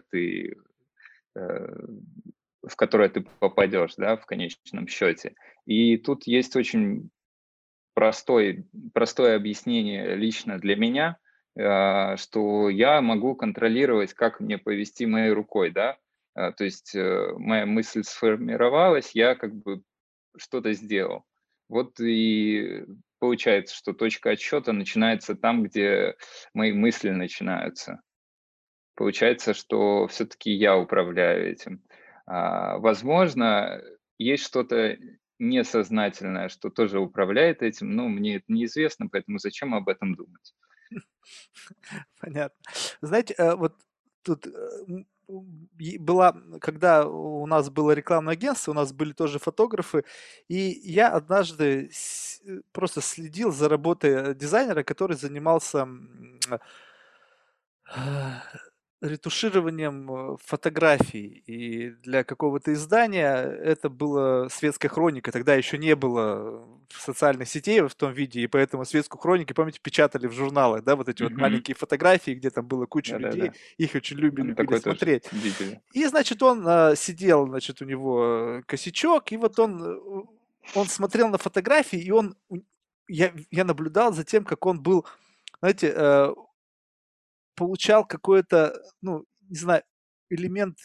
э, в которое ты попадешь, да, в конечном счете. И тут есть очень простое объяснение лично для меня, что я могу контролировать, как мне повести моей рукой, да. То есть моя мысль сформировалась, я как бы что-то сделал. Вот и получается, что точка отсчета начинается там, где мои мысли начинаются. Получается, что все-таки я управляю этим. Возможно, есть что-то несознательное, что тоже управляет этим, но мне это неизвестно, поэтому зачем об этом думать? Понятно. Знаете, вот тут, была, когда у нас было рекламное агентство, у нас были тоже фотографы, и я однажды просто следил за работой, дизайнера, который занимался, а, ретушированием, фотографий. И для какого-то издания это была "Светская хроника". Тогда еще не было социальных сетей в том виде, и поэтому "Светскую хронику", помните, печатали в журналах, да, вот эти вот Мгм. маленькие фотографии, где там было куча людей, Да-да-да. их очень Мы любили такое тоже смотреть. видели. И, значит, он, сидел, значит, у него, косячок, и вот он смотрел на фотографии, и я наблюдал за тем, как он был, знаете, получал какой-то, ну, не знаю, элемент,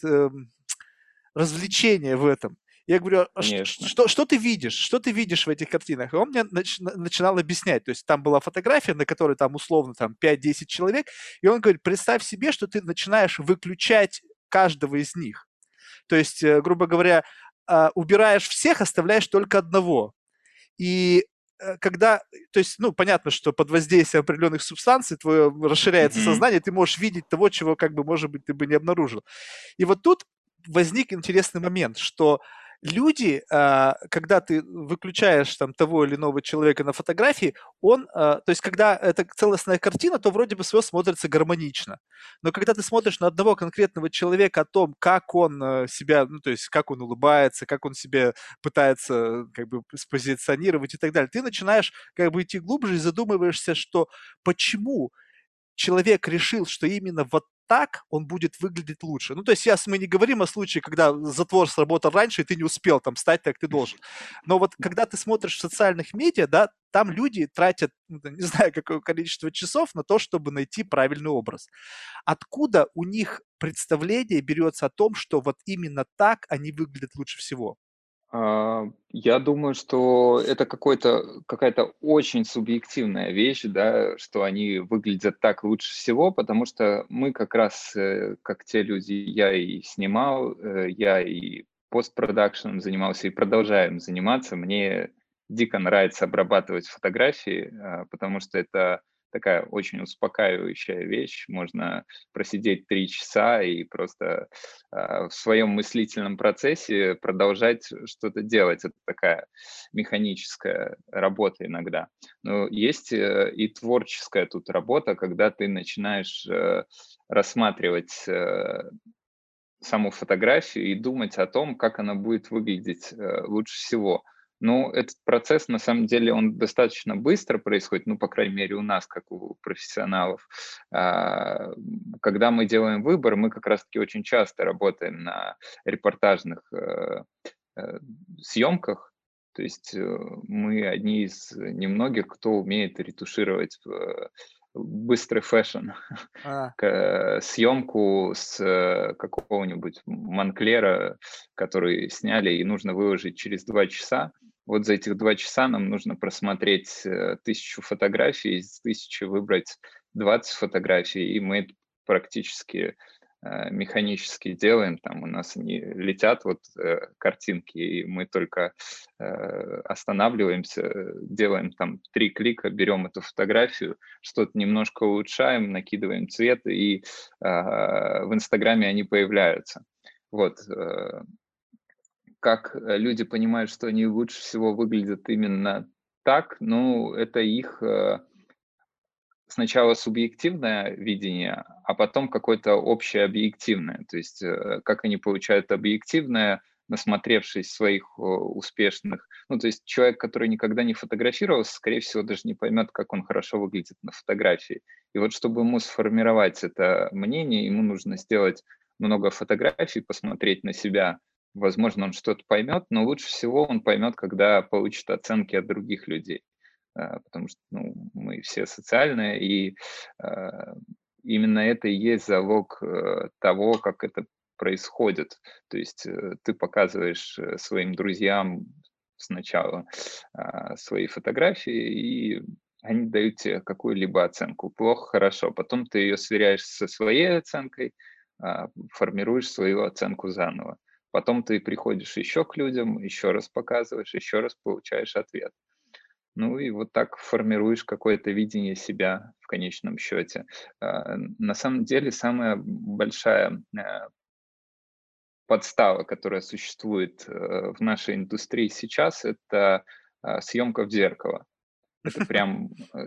развлечения в этом. Я говорю: "А Конечно. что ты видишь? Что ты видишь в этих картинах?" И он мне начинал объяснять. То есть там была фотография, на которой там условно там 5-10 человек, и он говорит: "Представь себе, что ты начинаешь выключать каждого из них". То есть, грубо говоря, убираешь всех, оставляешь только одного. И, когда, то есть, ну, понятно, что под воздействием определенных субстанций твое расширяется Мгм. сознание, ты можешь видеть того, чего, как бы, может быть, ты бы не обнаружил. И вот тут возник интересный момент, что люди, когда ты выключаешь там того или иного человека на фотографии, то есть когда это целостная картина, то вроде бы всё смотрится гармонично. Но когда ты смотришь на одного конкретного человека, о том, как он, себя, ну, то есть как он улыбается, как он себя пытается, как бы спозиционировать и так далее, ты начинаешь как бы идти глубже и задумываешься, что почему человек решил, что именно вот так он будет выглядеть лучше. Ну, то есть мы не говорим о случае, когда затвор сработал раньше, и ты не успел там стать, как ты должен. Но вот когда ты смотришь в социальных медиа, да, там люди тратят, ну, там, не знаю, какое количество часов на то, чтобы найти правильный образ. Откуда у них представление берется о том, что вот именно так они выглядят лучше всего? Я думаю, что это какая-то очень субъективная вещь, да, что они выглядят так лучше всего, потому что мы как раз, как те люди, я и снимал, я и постпродакшеном занимался, и продолжаем заниматься. Мне дико нравится обрабатывать фотографии, потому что это такая очень успокаивающая вещь. Можно просидеть 3 часа и просто в своем мыслительном процессе продолжать что-то делать. Это такая механическая работа иногда. Но есть и творческая тут работа, когда ты начинаешь рассматривать саму фотографию и думать о том, как она будет выглядеть лучше всего. Ну, этот процесс, на самом деле, он достаточно быстро происходит, ну, по крайней мере, у нас, как у профессионалов. Когда мы делаем выбор, мы как раз-таки очень часто работаем на репортажных э, съемках. То есть мы одни из немногих, кто умеет ретушировать быстрый фэшн, А, съемку с какого-нибудь Монклера, который сняли, и нужно выложить через 2 часа. Вот за этих 2 часа нам нужно просмотреть 1000 фотографий, из 1000 выбрать 20 фотографий, и мы это практически механически делаем. Там у нас они летят, вот картинки, и мы только останавливаемся, делаем там 3 клика, берем эту фотографию, что-то немножко улучшаем, накидываем цвет, и в "Инстаграме" они появляются. Вот, как люди понимают, что они лучше всего выглядят именно так, ну, это их, сначала субъективное видение, а потом какое-то общее объективное. То есть, как они получают объективное, насмотревшись своих успешных. Ну, то есть человек, который никогда не фотографировался, скорее всего, даже не поймет, как он хорошо выглядит на фотографии. И вот чтобы ему сформировать это мнение, ему нужно сделать много фотографий, посмотреть на себя. Возможно, он что-то поймет, но лучше всего он поймет, когда получит оценки от других людей, потому что, ну, мы все социальные, и а, именно это и есть залог того, как это происходит. То есть ты показываешь своим друзьям сначала свои фотографии, и они дают тебе какую-либо оценку. Плохо, хорошо. Потом ты ее сверяешь со своей оценкой, формируешь свою оценку заново. Потом ты приходишь еще к людям, еще раз показываешь, еще раз получаешь ответ. Ну и вот так формируешь какое-то видение себя в конечном счете. На самом деле самая большая подстава, которая существует в нашей индустрии сейчас, это съемка в зеркало. Это прям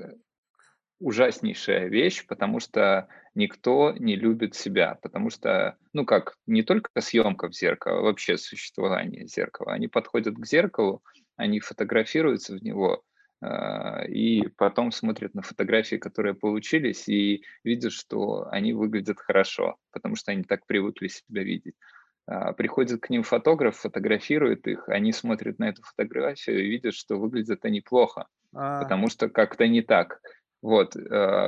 ужаснейшая вещь, потому что никто не любит себя, потому что, ну как, не только съемка в зеркало, а вообще существование зеркала. Они подходят к зеркалу, они фотографируются в него, и потом смотрят на фотографии, которые получились, и видят, что они выглядят хорошо, потому что они так привыкли себя видеть. Приходит к ним фотограф, фотографирует их, они смотрят на эту фотографию и видят, что выглядят они плохо, А, потому что как-то не так. Вот,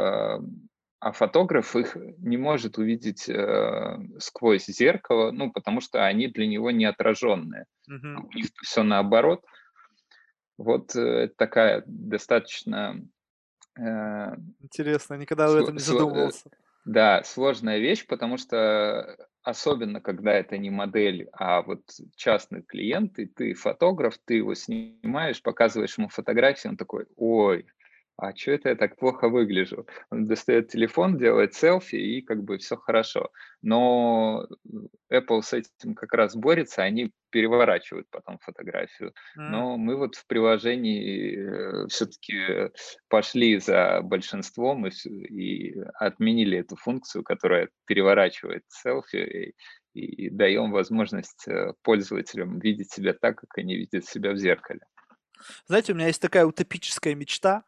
а фотограф их не может увидеть, сквозь зеркало, ну, потому что они для него не отраженные. мгм. У них всё наоборот. Вот, такая достаточно, э, Интересно, никогда об сло этом не сло задумывался. да, сложная вещь, потому что особенно когда это не модель, а вот частный клиент, и ты фотограф, ты его снимаешь, показываешь ему фотографии, он такой: "Ой, а чё это я так плохо выгляжу?" Он достает телефон, делает селфи, и как бы все хорошо. Но Apple с этим как раз борется, они переворачивают потом фотографию. М. Но мы вот в приложении, все таки пошли за большинством и отменили эту функцию, которая переворачивает селфи, и даем возможность, пользователям видеть себя так, как они видят себя в зеркале. Знаете, у меня есть такая утопическая мечта,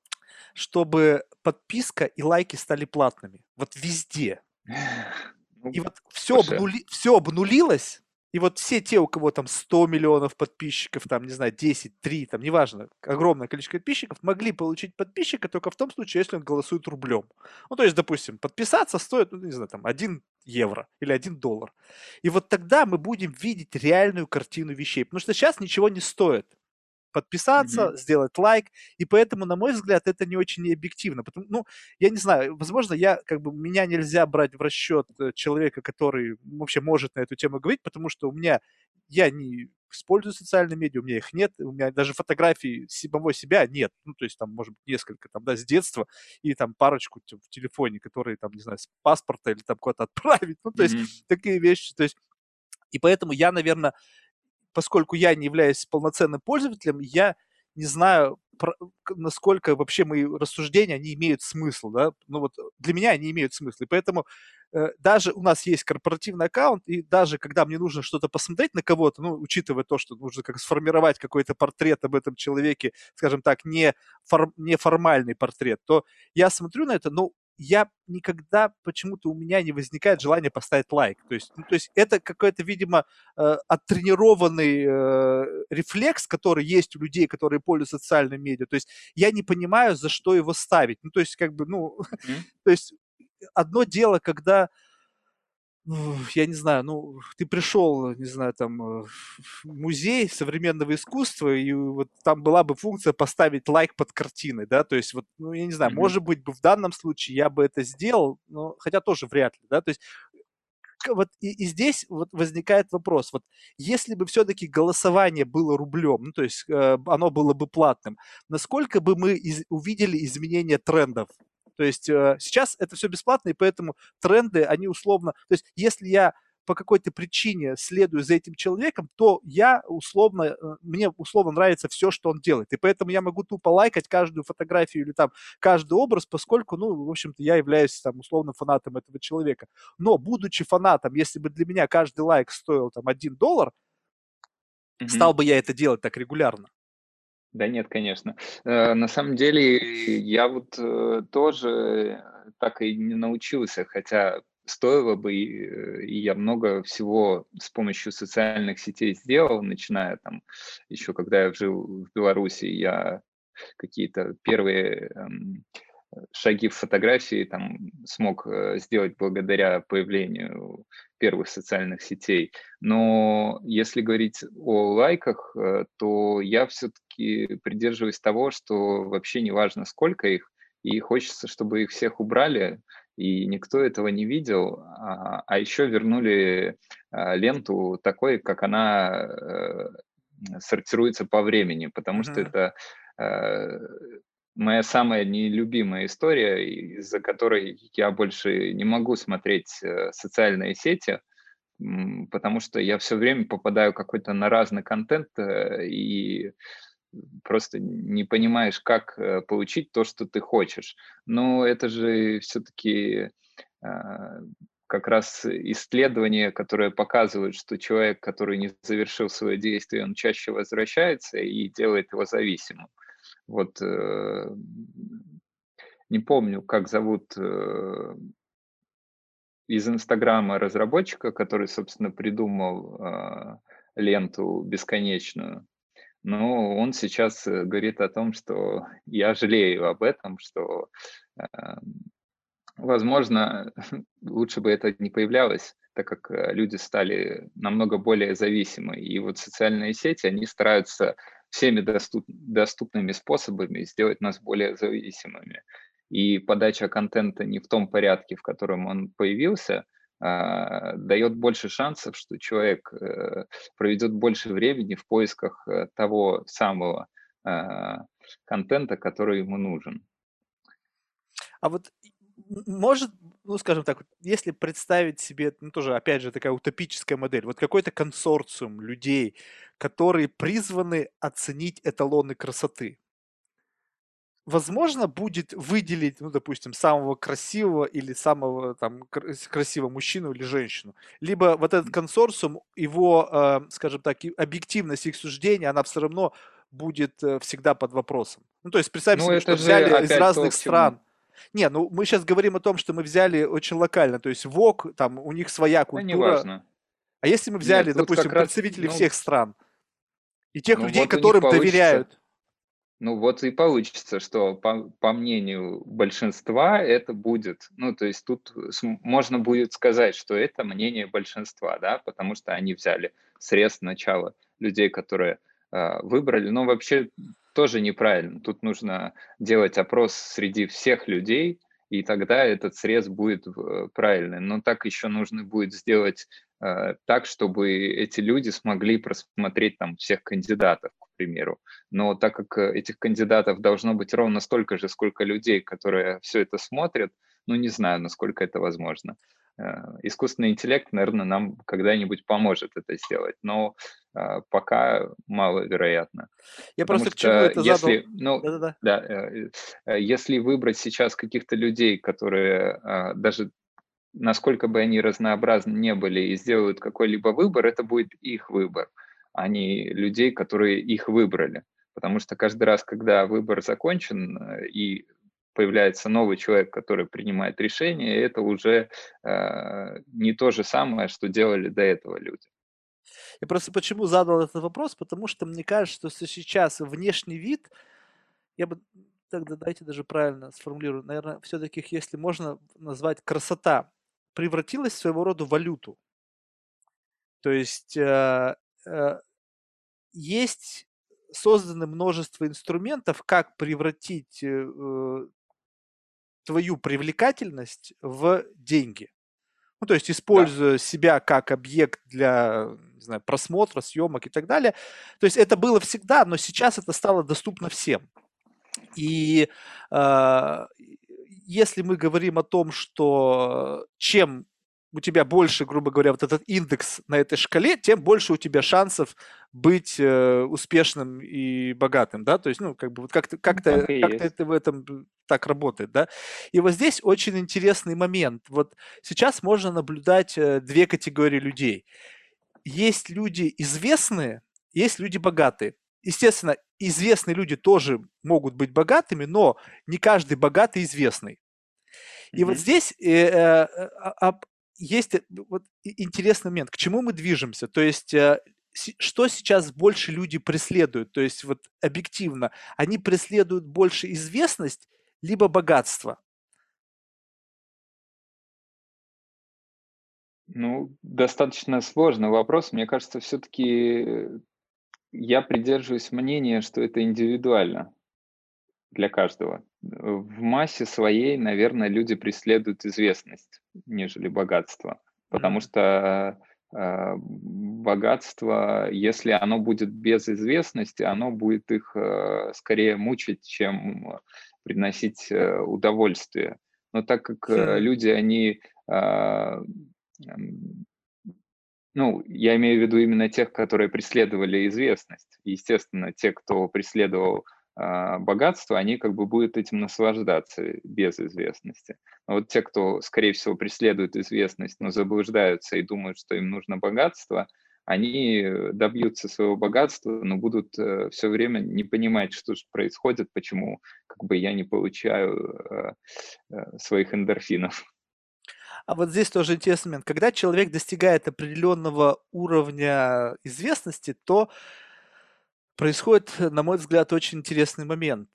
чтобы подписка и лайки стали платными. Вот везде. Ну, И вот слушай, все обнулилось, и вот все те, у кого там 100 миллионов подписчиков, там, не знаю, 10, 3, там, неважно, огромное количество подписчиков, могли получить подписчика только в том случае, если он голосует рублем. Ну, то есть, допустим, подписаться стоит, ну, не знаю, там, 1 евро или 1 доллар. И вот тогда мы будем видеть реальную картину вещей. Потому что сейчас ничего не стоит мгм, подписаться, сделать лайк, и поэтому, на мой взгляд, это не очень объективно. Ну, я не знаю, возможно, я как бы меня нельзя брать в расчет человека, который вообще может на эту тему говорить, потому что я не использую социальные медиа, у меня их нет, у меня даже фотографий самого себя нет, ну, то есть там, может быть, несколько, там, да, с детства, и там парочку в телефоне, которые, там, не знаю, с паспорта или там куда-то отправить, ну, то есть мгм, такие вещи, то есть, и поэтому я, наверное, поскольку я не являюсь полноценным пользователем, я не знаю, насколько вообще мои рассуждения, они имеют смысл, да. Ну вот для меня они имеют смысл. И поэтому даже у нас есть корпоративный аккаунт, и даже когда мне нужно что-то посмотреть на кого-то, ну, учитывая то, что нужно как сформировать какой-то портрет об этом человеке, скажем так, не формальный портрет, то я смотрю на это, но я никогда почему-то у меня не возникает желания поставить лайк. То есть, ну, то есть это какое-то, видимо, оттренированный рефлекс, который есть у людей, которые пользуются социальными медиа. То есть я не понимаю, за что его ставить. Ну, то есть, как бы, ну, мгм, то есть одно дело, когда, я не знаю, ну, ты пришел, не знаю, там, в музей современного искусства, и вот там была бы функция поставить лайк под картиной, да, то есть вот, ну, я не знаю, мгм, может быть, бы в данном случае я бы это сделал, но, хотя тоже вряд ли, да, то есть вот и здесь вот возникает вопрос, вот если бы все-таки голосование было рублем, ну, то есть оно было бы платным, насколько бы мы увидели изменение трендов? То есть сейчас это все бесплатно, и поэтому тренды, они условно, то есть если я по какой-то причине следую за этим человеком, то мне условно нравится все, что он делает. И поэтому я могу тупо лайкать каждую фотографию или там каждый образ, поскольку, ну, в общем-то, я являюсь там условно фанатом этого человека. Но, будучи фанатом, если бы для меня каждый лайк стоил там 1 доллар, мгм. стал бы я это делать так регулярно. Да нет, конечно. На самом деле я вот, тоже так и не научился, хотя стоило бы, и я много всего с помощью социальных сетей сделал, начиная там еще когда я жил в Беларуси, я какие-то первые, шаги в фотографии там смог сделать благодаря появлению первых социальных сетей. Но если говорить о лайках, то я все-таки придерживаюсь того, что вообще не важно, сколько их, и хочется, чтобы их всех убрали, и никто этого не видел, а еще вернули ленту такой, как она сортируется по времени, потому что Мгм. это э, моя самая нелюбимая история, из-за которой я больше не могу смотреть социальные сети, потому что я все время попадаю какой-то на разный контент и просто не понимаешь, как получить то, что ты хочешь. Но это же все-таки как раз исследования, которые показывают, что человек, который не завершил свое действие, он чаще возвращается и делает его зависимым. Вот не помню, как зовут из "Инстаграма" разработчика, который, собственно, придумал ленту бесконечную. Но он сейчас говорит о том, что я жалею об этом, что, э, возможно, лучше бы это не появлялось, так как люди стали намного более зависимы. И вот социальные сети, они стараются всеми доступными способами сделать нас более зависимыми. И подача контента не в том порядке, в котором он появился, дает больше шансов, что человек проведет больше времени в поисках того самого э, контента, который ему нужен. А вот может, ну, скажем так, вот если представить себе, ну, тоже, опять же, такая утопическая модель, вот какой-то консорциум людей, которые призваны оценить эталоны красоты. Возможно будет выделить, ну, допустим, самого красивого или самого там красивого мужчину или женщину. Либо вот этот консорциум, его, скажем так, объективность их суждения, она все равно будет всегда под вопросом. Ну, то есть представим Ну, себе, это что же взяли из опять то, разных к чему. стран. Не, ну мы сейчас говорим о том, что мы взяли очень локально, то есть ВОК, там у них своя Да, культура. неважно. А если мы взяли, Нет, тут допустим, как раз, представителей всех стран и тех ну людей, вот у них которым получится, доверяют? ну вот и получится, что по мнению большинства это будет, ну то есть тут можно будет сказать, что это мнение большинства, да, потому что они взяли срез начала людей, которые выбрали, но вообще тоже неправильно. Тут нужно делать опрос среди всех людей, и тогда этот срез будет правильный. Но так еще нужно будет сделать так, чтобы эти люди смогли просмотреть там всех кандидатов, к примеру. Но так как этих кандидатов должно быть ровно столько же, сколько людей, которые все это смотрят, ну, не знаю, насколько это возможно. Искусственный интеллект, наверное, нам когда-нибудь поможет это сделать, но пока маловероятно. Я Потому просто к чему что это задал. если, ну, Да-да-да. да, если выбрать сейчас каких-то людей, которые даже насколько бы они разнообразны не были и сделают какой-либо выбор, это будет их выбор, а не людей, которые их выбрали. Потому что каждый раз, когда выбор закончен и появляется новый человек, который принимает решение, это уже не то же самое, что делали до этого люди. Я просто почему задал этот вопрос, потому что мне кажется, что сейчас внешний вид, я бы тогда дайте даже правильно сформулирую, наверное, все-таки, если можно назвать красота, превратилась в своего рода валюту. То есть э, есть создано множество инструментов, как превратить твою привлекательность в деньги. Ну, то есть, Да. используя себя как объект для, не знаю, просмотра, съемок и так далее. То есть это было всегда, но сейчас это стало доступно всем. И э, если мы говорим о том, что чем у тебя больше, грубо говоря, вот этот индекс на этой шкале, тем больше у тебя шансов быть успешным и богатым, да, то есть, ну, как бы вот как-то, Ну, как-то, так и как-то есть. это в этом так работает, да. И вот здесь очень интересный момент. Вот сейчас можно наблюдать две категории людей. Есть люди известные, есть люди богатые. Естественно, известные люди тоже могут быть богатыми, но не каждый богатый известный. И вот Мгм. здесь есть вот интересный момент, к чему мы движемся. То есть что сейчас больше люди преследуют? То есть вот объективно, они преследуют больше известность, либо богатство? Ну, достаточно сложный вопрос. Мне кажется, все-таки я придерживаюсь мнения, что это индивидуально для каждого. В массе своей, наверное, люди преследуют известность, нежели богатство. Потому Мгм. что богатство, если оно будет без известности, оно будет их скорее мучить, чем приносить удовольствие. Но так как Хм. люди, они а, м, ну, я имею в виду именно тех, которые преследовали известность. Естественно, те, кто преследовал богатство, они как бы будут этим наслаждаться без известности. Но вот те, кто, скорее всего, преследует известность, но заблуждаются и думают, что им нужно богатство, они добьются своего богатства, но будут все время не понимать, что же происходит, почему как бы я не получаю своих эндорфинов. А вот здесь тоже интересный момент. Когда человек достигает определенного уровня известности, то происходит, на мой взгляд, очень интересный момент.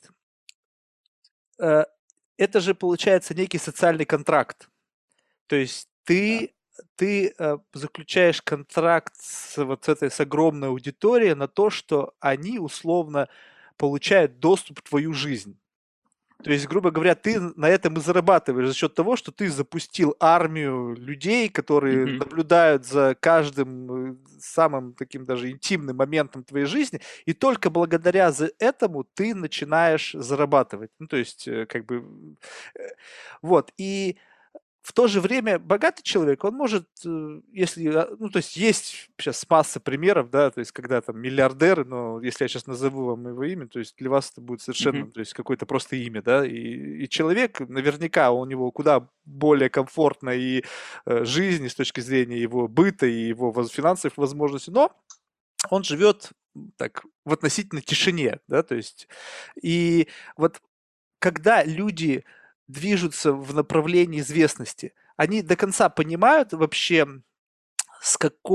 Э, Это же получается некий социальный контракт. То есть Да. ты заключаешь контракт с этой с огромной аудиторией на то, что они условно получают доступ в твою жизнь. То есть, грубо говоря, ты на этом и зарабатываешь за счет того, что ты запустил армию людей, которые Мгм. наблюдают за каждым самым таким даже интимным моментом твоей жизни, и только благодаря за этому ты начинаешь зарабатывать. Ну, то есть, как бы, э, вот. И в то же время богатый человек, он может, если, ну, то есть сейчас масса примеров, да, то есть когда там миллиардеры, но если я сейчас назову вам его имя, то есть для вас это будет Мгм. совершенно, то есть какое-то просто имя, да, и человек, наверняка у него куда более комфортно и жизни с точки зрения его быта и его финансовых возможностей, но он живет так в относительной тишине, да, то есть и вот когда люди движутся в направлении известности, они до конца понимают вообще, с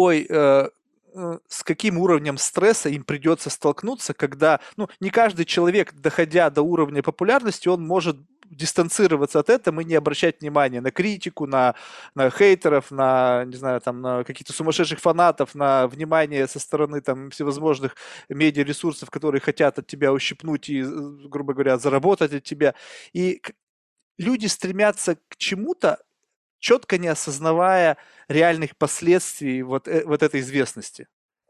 с каким уровнем стресса им придется столкнуться, когда, ну, не каждый человек, доходя до уровня популярности, он может дистанцироваться от этого и не обращать внимания на критику, на хейтеров, на, не знаю, там, на каких-то сумасшедших фанатов, на внимание со стороны там всевозможных медиаресурсов, которые хотят от тебя ущипнуть и, грубо говоря, заработать от тебя. И люди стремятся к чему-то, четко не осознавая реальных последствий вот этой известности.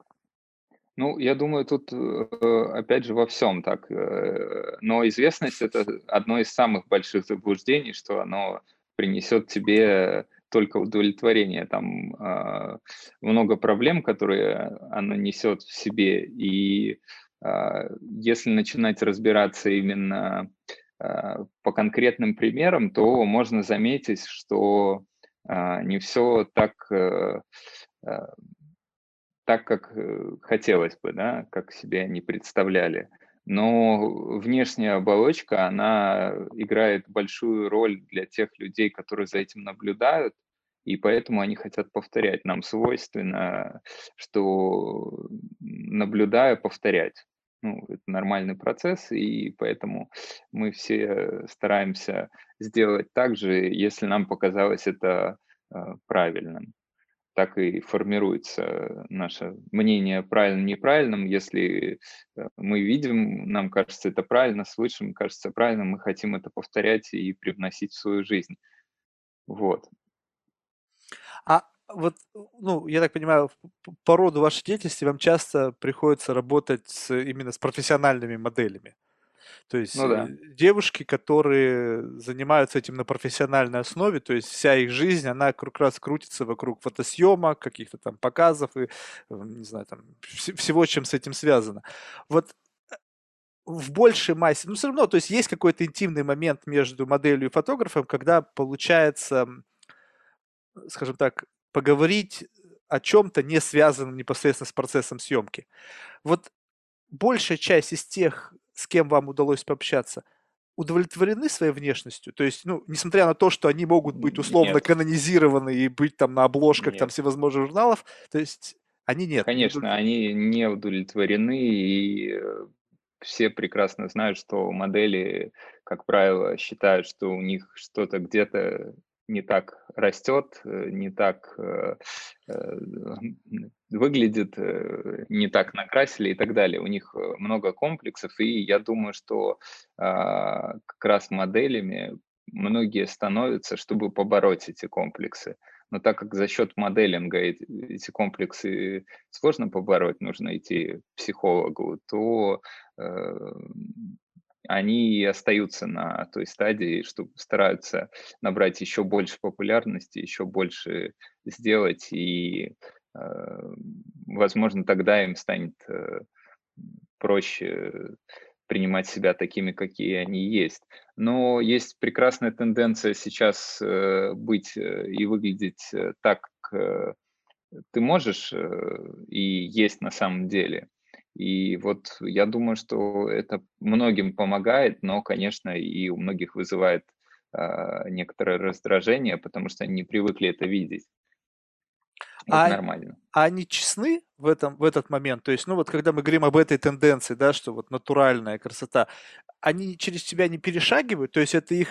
Ну, я думаю, тут, опять же, во всем так. Но известность — это одно из самых больших заблуждений, что оно принесет тебе только удовлетворение. Там много проблем, которые оно несет в себе. И если начинать разбираться именно по конкретным примерам, то можно заметить, что не все э, так, как хотелось бы, да, как себе они представляли. Но внешняя оболочка, она играет большую роль для тех людей, которые за этим наблюдают, и поэтому они хотят повторять. Нам свойственно, что наблюдая, повторять. Ну, это нормальный процесс, и поэтому мы все стараемся сделать так же, если нам показалось это правильным. Так и формируется наше мнение правильным, неправильным. Если мы видим, нам кажется это правильно, слышим, кажется правильным, мы хотим это повторять и привносить в свою жизнь. Вот. А вот, ну, я так понимаю, по роду вашей деятельности вам часто приходится работать именно с профессиональными моделями. То есть Ну да. девушки, которые занимаются этим на профессиональной основе, то есть вся их жизнь, она как раз крутится вокруг фотосъемок, каких-то там показов и, не знаю, там всего, чем с этим связано. Вот в большей массе, ну, все равно, то есть есть какой-то интимный момент между моделью и фотографом, когда получается, скажем так, поговорить о чем-то, не связанном непосредственно с процессом съемки. Вот большая часть из тех, с кем вам удалось пообщаться, удовлетворены своей внешностью? То есть, ну, несмотря на то, что они могут быть условно Нет, канонизированы и быть там на обложках там нет. всевозможных журналов, то есть они нет, не Конечно, удовлетворены. они не удовлетворены, и все прекрасно знают, что модели, как правило, считают, что у них что-то где-то не так растет, не так э, выглядит, не так накрасили и так далее. У них много комплексов, и я думаю, что как раз моделями многие становятся, чтобы побороть эти комплексы. Но так как за счет моделинга эти комплексы сложно побороть, нужно идти к психологу, то э, они и остаются на той стадии, что стараются набрать еще больше популярности, еще больше сделать, и, возможно, тогда им станет проще принимать себя такими, какие они есть. Но есть прекрасная тенденция сейчас быть и выглядеть так, как ты можешь и есть на самом деле. И вот я думаю, что это многим помогает, но, конечно, и у многих вызывает некоторое раздражение, потому что они не привыкли это видеть. Это А нормально. а они честны в этот момент? То есть, ну, вот когда мы говорим об этой тенденции, да, что вот натуральная красота, они через тебя не перешагивают? То есть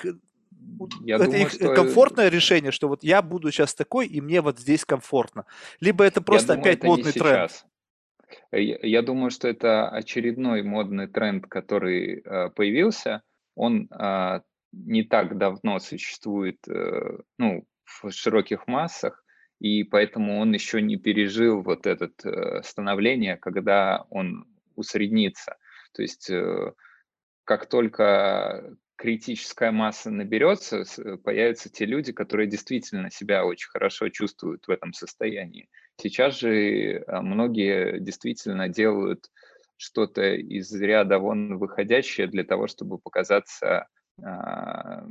Я это думаю, их что комфортное решение, что вот я буду сейчас такой, и мне вот здесь комфортно? Либо это я просто думаю, опять это не модный тренд? сейчас. Я думаю, что это очередной модный тренд, который появился. Он не так давно существует, ну, в широких массах, и поэтому он еще не пережил вот это становление, когда он усреднится. То есть как только критическая масса наберется, появятся те люди, которые действительно себя очень хорошо чувствуют в этом состоянии. Сейчас же многие действительно делают что-то из ряда вон выходящее для того, чтобы показаться а,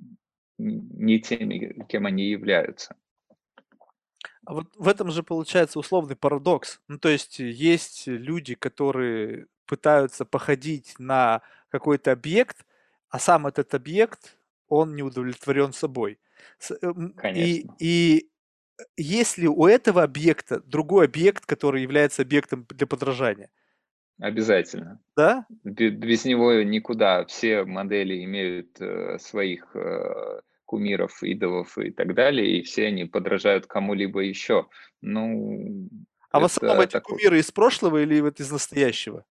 не теми, кем они являются. А вот в этом же получается условный парадокс. Ну, то есть люди, которые пытаются походить на какой-то объект, а сам этот объект, он не удовлетворен собой. Конечно, Есть ли у этого объекта другой объект, который является объектом для подражания? обязательно. Да? Без него никуда. Все модели имеют своих кумиров, идолов и так далее, и все они подражают кому-либо еще. Ну, А в основном это эти такой кумиры из прошлого или вот из настоящего?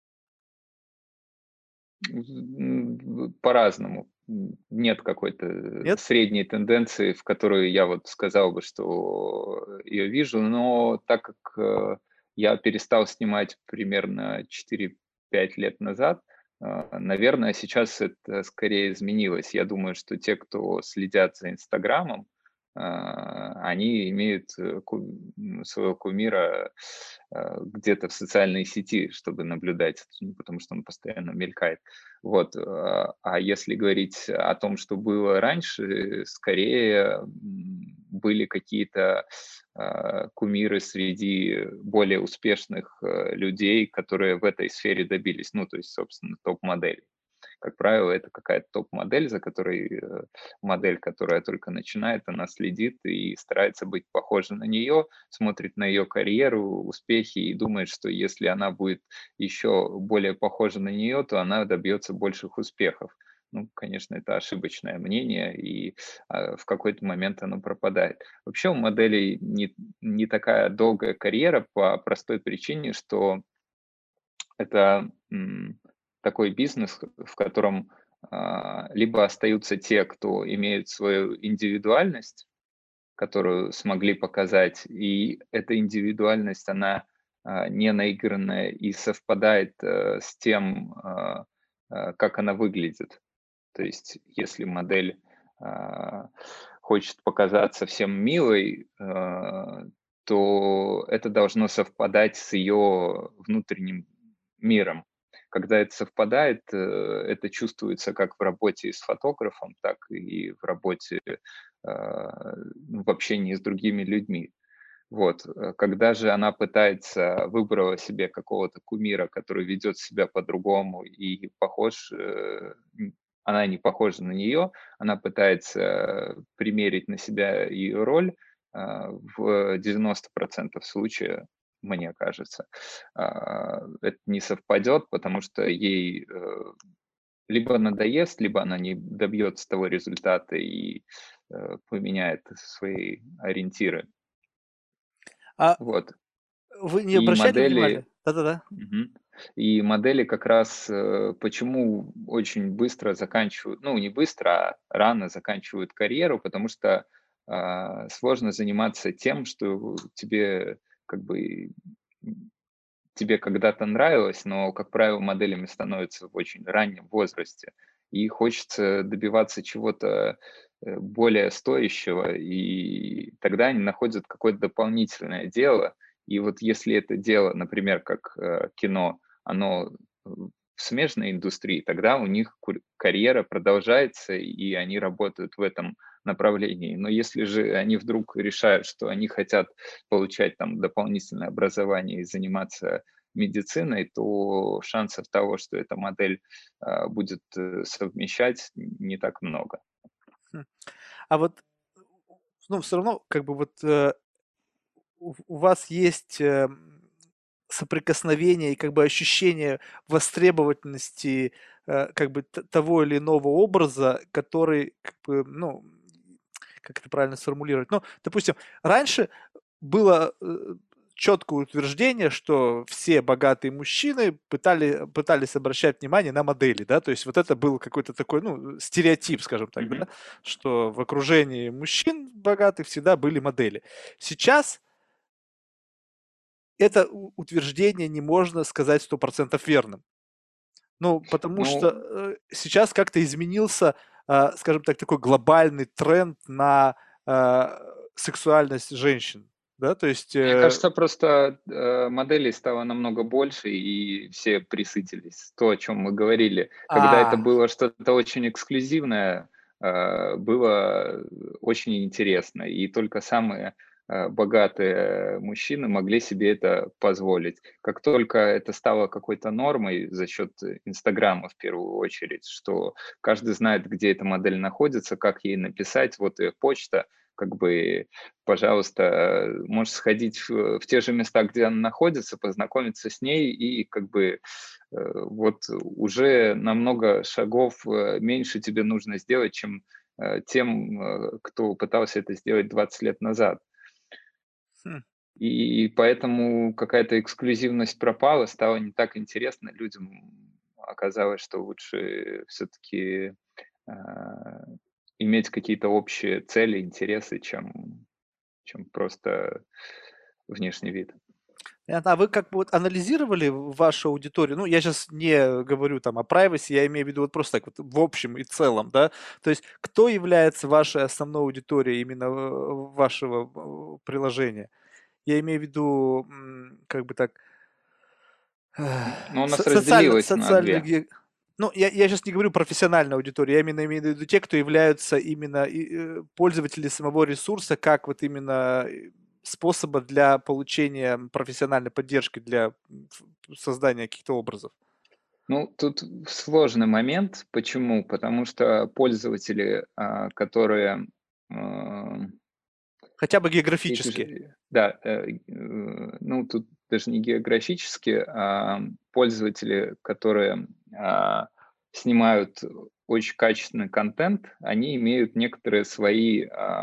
по-разному. Нет какой-то Нет? средней тенденции, в которую я вот сказал бы, что ее вижу, но так как я перестал снимать примерно 4-5 лет назад, наверное, сейчас это скорее изменилось. Я думаю, что те, кто следят за Инстаграмом, они имеют своего кумира где-то в социальной сети, чтобы наблюдать, ну, потому что он постоянно мелькает. Вот. А если говорить о том, что было раньше, скорее были какие-то кумиры среди более успешных людей, которые в этой сфере добились, ну, то есть, собственно, топ-модели. Как правило, это какая-то топ-модель, за которой модель, которая только начинает, она следит и старается быть похожа на нее, смотрит на ее карьеру, успехи и думает, что если она будет еще более похожа на нее, то она добьется больших успехов. Ну, конечно, это ошибочное мнение, и в какой-то момент оно пропадает. Вообще у моделей не такая долгая карьера по простой причине, что это такой бизнес, в котором либо остаются те, кто имеют свою индивидуальность, которую смогли показать, и эта индивидуальность, она не наигранная и совпадает с тем, как она выглядит. То есть, если модель а, хочет показаться всем милой, то это должно совпадать с ее внутренним миром. Когда это совпадает, это чувствуется как в работе с фотографом, так и в работе, в общении с другими людьми. Вот. Когда же она пытается, выбрала себе какого-то кумира, который ведет себя по-другому и похож, она не похожа на нее, она пытается примерить на себя ее роль, в 90% случаев мне кажется. Это не совпадет, потому что ей либо надоест, либо она не добьется того результата и поменяет свои ориентиры. А Вот. вы не И обращали модели внимания? Да-да-да. Мгм. И модели как раз, почему очень быстро заканчивают, ну, не быстро, а рано заканчивают карьеру, потому что, сложно заниматься тем, что тебе как бы, тебе когда-то нравилось, но, как правило, моделями становятся в очень раннем возрасте. И хочется добиваться чего-то более стоящего, и тогда они находят какое-то дополнительное дело. И вот если это дело, например, как кино, оно в смежной индустрии, тогда у них карьера продолжается, и они работают в этом направлении. Но если же они вдруг решают, что они хотят получать там дополнительное образование и заниматься медициной, то шансов того, что эта модель будет совмещать, не так много. Хм. А вот, ну, все равно, как бы вот, у вас есть, соприкосновение и как бы ощущение востребованности, как бы того или иного образа, который как бы, ну, как это правильно сформулировать? Ну, допустим, раньше было, четкое утверждение, что все богатые мужчины пытались обращать внимание на модели, да, то есть вот это был какой-то такой, ну, стереотип, скажем так, да, Мгм. что в окружении мужчин богатых всегда были модели. Сейчас это утверждение не можно сказать 100% верным. Ну, потому Ну, что, сейчас как-то изменился, скажем так, такой глобальный тренд на, сексуальность женщин, да, то есть, мне кажется, просто моделей стало намного больше, и все присытились. То, о чем мы говорили. Когда это было что-то очень эксклюзивное, было очень интересно, и только самые богатые мужчины могли себе это позволить. Как только это стало какой-то нормой за счет Инстаграма в первую очередь, что каждый знает, где эта модель находится, как ей написать, вот ее почта, как бы, пожалуйста, можешь сходить в те же места, где она находится, познакомиться с ней, и как бы вот уже на много шагов меньше тебе нужно сделать, чем тем, кто пытался это сделать 20 лет назад. хм, И поэтому какая-то эксклюзивность пропала, стало не так интересно людям. Оказалось, что лучше все-таки иметь какие-то общие цели, интересы, чем просто внешний вид. понятно. А вы как бы вот анализировали вашу аудиторию? Ну, я сейчас не говорю там о privacy, я имею в виду вот просто так вот в общем и целом, да. То есть кто является вашей основной аудиторией именно, вашего, приложения? Я имею в виду, как бы так, Но у нас разделилось на социальных 2. ге ну, я сейчас не говорю профессиональную аудиторию, я именно имею в виду те, кто являются именно пользователи самого ресурса, как вот именно, способа для получения профессиональной поддержки для, создания каких-то образов. Ну, тут сложный момент. Почему? Потому что пользователи, которые, а, Хотя бы эти географически. же да, ну, тут даже не географически, пользователи, которые, снимают очень качественный контент, они имеют некоторые свои,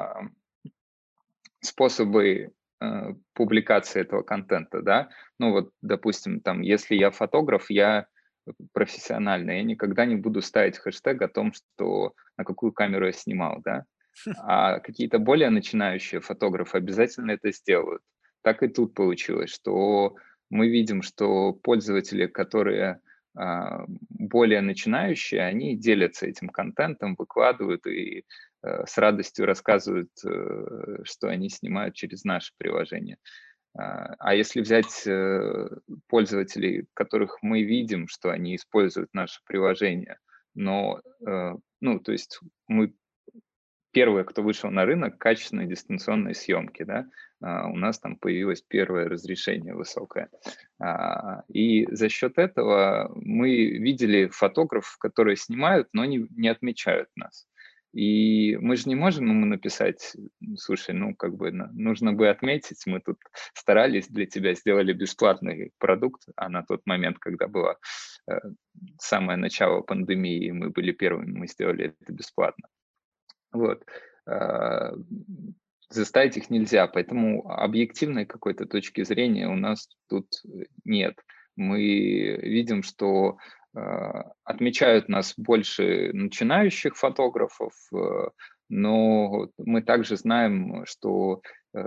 способы, публикации этого контента, да. Ну вот, допустим, там, если я фотограф, я профессиональный, я никогда не буду ставить хэштег о том, что на какую камеру я снимал, да. А какие-то более начинающие фотографы обязательно это сделают. Так и тут получилось, что мы видим, что пользователи, которые более начинающие, они делятся этим контентом, выкладывают и с радостью рассказывают, что они снимают через наше приложение. А если взять пользователей, которых мы видим, что они используют наше приложение, но, ну, то есть мы первые, кто вышел на рынок качественной дистанционной съемки, да, у нас там появилось первое разрешение высокое. И за счет этого мы видели фотографов, которые снимают, но не отмечают нас. И мы же не можем ему написать: слушай, ну, как бы нужно бы отметить, мы тут старались для тебя, сделали бесплатный продукт, а на тот момент, когда было э, самое начало пандемии, мы были первыми, мы сделали это бесплатно. Вот. А, Заставить их нельзя, поэтому объективной какой-то точки зрения у нас тут нет. Мы видим, что отмечают нас больше начинающих фотографов, но мы также знаем, что э,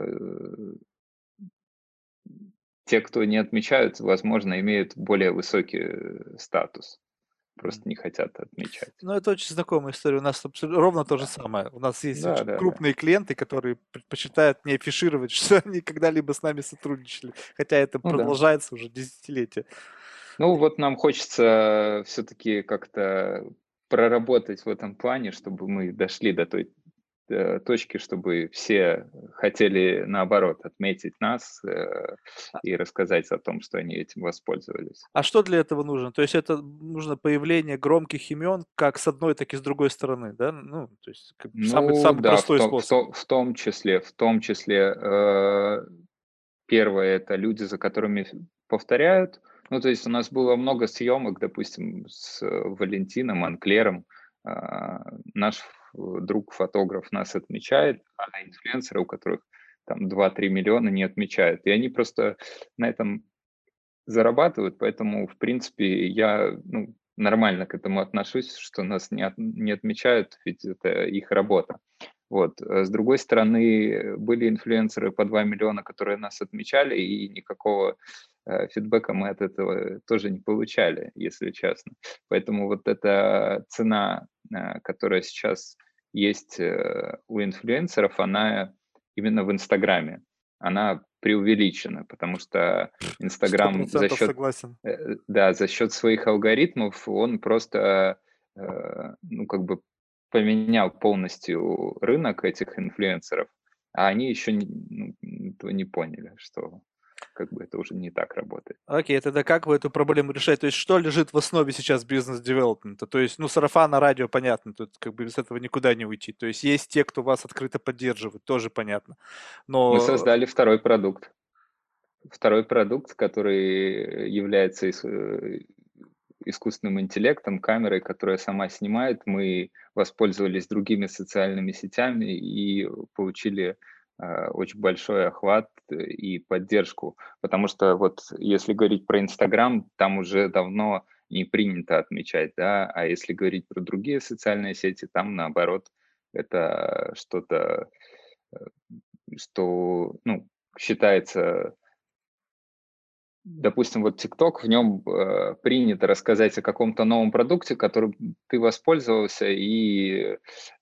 те, кто не отмечают, возможно, имеют более высокий статус, Мгм. просто не хотят отмечать. Ну, это очень знакомая история. У нас ровно то же Да, самое. У нас есть да, очень да, да. крупные клиенты, которые предпочитают не афишировать, что они когда-либо с нами сотрудничали, хотя это Ну да. продолжается уже десятилетия. Ну, вот нам хочется все-таки как-то проработать в этом плане, чтобы мы дошли до той точки, чтобы все хотели, наоборот, отметить нас А и рассказать о том, что они этим воспользовались. а что для этого нужно? То есть это нужно появление громких имен как с одной, так и с другой стороны, да? Ну, то есть как бы самый Ну самый да, простой способ. в том числе первое это люди, за которыми повторяют. Ну, то есть у нас было много съемок, допустим, с Валентином Анклером. Наш друг-фотограф нас отмечает, а инфлюенсеры, у которых там 2-3 миллиона, не отмечают. И они просто на этом зарабатывают, поэтому, в принципе, я, ну, нормально к этому отношусь, что нас не отмечают, ведь это их работа. Вот. С другой стороны, были инфлюенсеры по 2 миллиона, которые нас отмечали, и никакого фидбэка мы от этого тоже не получали, если честно. Поэтому вот эта цена, которая сейчас есть у инфлюенсеров, она именно в Инстаграме, она преувеличена, потому что Сто Инстаграм процентов согласен. да, за счет своих алгоритмов он просто, ну, как бы поменял полностью рынок этих инфлюенсеров, а они еще этого не поняли, что как бы это уже не так работает. Окей, тогда как вы эту проблему решаете? То есть что лежит в основе сейчас бизнес-девелопмента? То есть, ну, сарафан радио, понятно, тут как бы без этого никуда не уйти. То есть есть те, кто вас открыто поддерживает, тоже понятно. Мы Но создали второй продукт, который является искусственным интеллектом, камерой, которая сама снимает. Мы воспользовались другими социальными сетями и получили очень большой охват и поддержку. Потому что вот если говорить про Инстаграм, там уже давно не принято отмечать, да, а если говорить про другие социальные сети, там наоборот это что-то, э, что, ну, считается. Допустим, вот "Тикток", в нем принято рассказать о каком-то новом продукте, которым ты воспользовался, и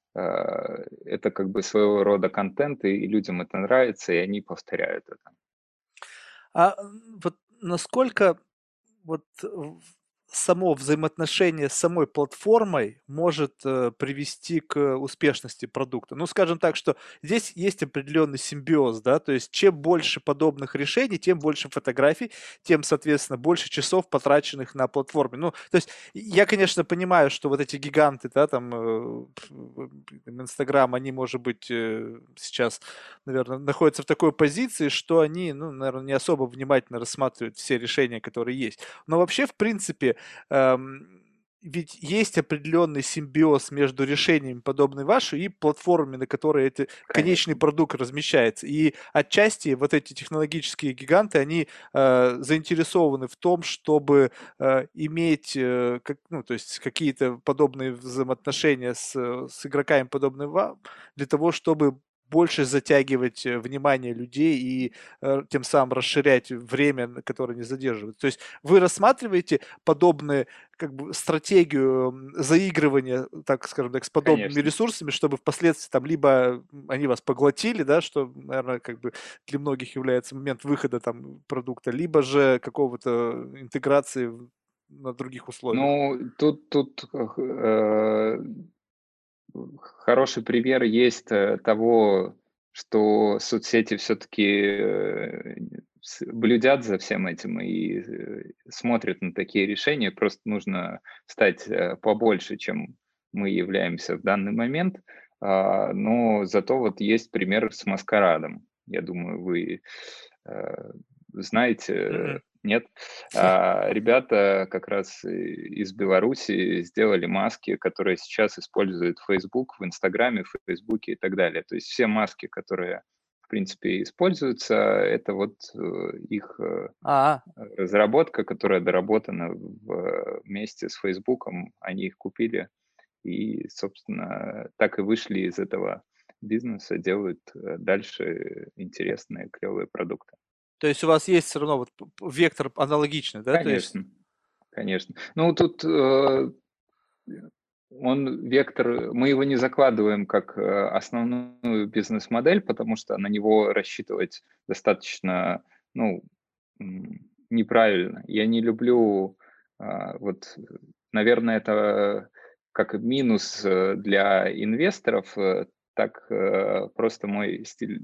это как бы своего рода контент, и людям это нравится, и они повторяют это. Вот насколько вот само взаимоотношение с самой платформой может привести к успешности продукта. Ну, скажем так, что здесь есть определенный симбиоз, да, то есть чем больше подобных решений, тем больше фотографий, тем, соответственно, больше часов, потраченных на платформе. Ну, то есть я, конечно, понимаю, что вот эти гиганты, да, там, Инстаграм, они, может быть, сейчас, наверное, находятся в такой позиции, что они, ну, наверное, не особо внимательно рассматривают все решения, которые есть. Но вообще, в принципе, эм, ведь есть определенный симбиоз между решениями, подобной вашей, и платформами, на которые этот конечный Конечно. продукт размещается. И отчасти вот эти технологические гиганты, они заинтересованы в том, чтобы иметь, ну, то есть какие-то подобные взаимоотношения с игроками, подобные вам, для того, чтобы больше затягивать внимание людей и тем самым расширять время, на которое они задерживают. То есть вы рассматриваете подобные как бы стратегию заигрывания, так скажем так, с подобными Конечно. ресурсами, чтобы впоследствии там либо они вас поглотили, да, что, наверное, как бы для многих является момент выхода там продукта, либо же какого-то интеграции на других условиях. Ну, тут хороший пример есть того, что соцсети все-таки блюдят за всем этим и смотрят на такие решения. Просто нужно стать побольше, чем мы являемся в данный момент, но зато вот есть пример с "Маскарадом". Я думаю, вы, э, знаете, Мгм. нет? Ребята как раз из Беларуси сделали маски, которые сейчас используют Facebook в "Инстаграме", в "Фейсбуке" и так далее. То есть все маски, которые, в принципе, используются, это вот, их, А, разработка, которая доработана вместе с "Фейсбуком". Они их купили и, собственно, так и вышли из этого бизнеса, делают, дальше интересные, клевые продукты. то есть у вас есть все равно вот вектор аналогичный, да? То есть Конечно, конечно. Ну, тут, он вектор, мы его не закладываем как, основную бизнес-модель, потому что на него рассчитывать достаточно, ну, неправильно. Я не люблю, вот, наверное, это как минус, для инвесторов, так, просто мой стиль,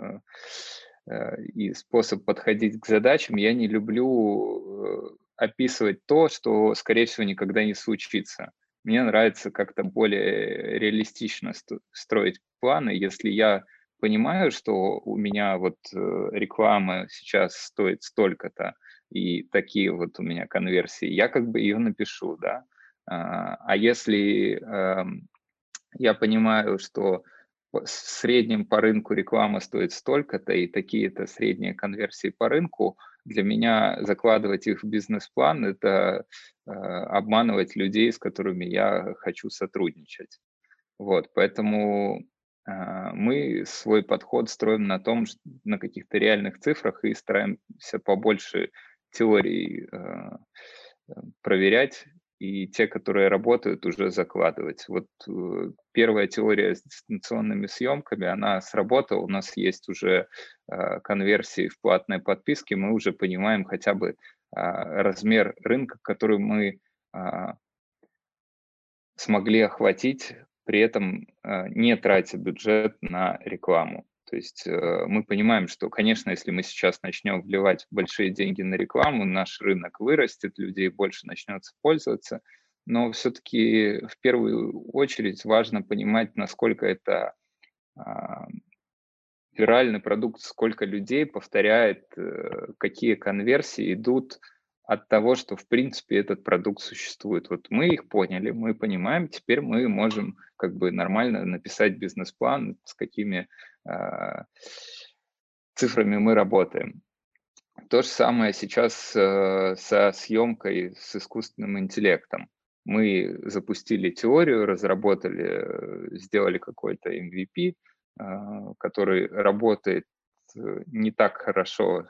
и способ подходить к задачам. Я не люблю, описывать то, что, скорее всего, никогда не случится. Мне нравится как-то более реалистично строить планы. Если я понимаю, что у меня вот, реклама сейчас стоит столько-то, и такие вот у меня конверсии, я как бы ее напишу, да. А если, я понимаю, что в среднем по рынку реклама стоит столько-то, и такие-то средние конверсии по рынку, для меня закладывать их в бизнес-план — это, обманывать людей, с которыми я хочу сотрудничать. Вот, поэтому, мы свой подход строим на том, на каких-то реальных цифрах и стараемся побольше теорий, проверять и те, которые работают, уже закладывать. Вот, первая теория с дистанционными съемками, она сработала. У нас есть уже, конверсии в платные подписки. Мы уже понимаем хотя бы, размер рынка, который мы, а, смогли охватить, при этом, не тратя бюджет на рекламу. То есть, мы понимаем, что, конечно, если мы сейчас начнем вливать большие деньги на рекламу, наш рынок вырастет, людей больше начнется пользоваться. Но все-таки в первую очередь важно понимать, насколько это, а, виральный продукт, сколько людей повторяет, какие конверсии идут от того, что, в принципе, этот продукт существует. Вот мы их поняли, мы понимаем, теперь мы можем как бы нормально написать бизнес-план, с какими, а, цифрами мы работаем. То же самое сейчас, со съемкой с искусственным интеллектом. Мы запустили теорию, разработали, сделали какой-то MVP, который работает, не так хорошо,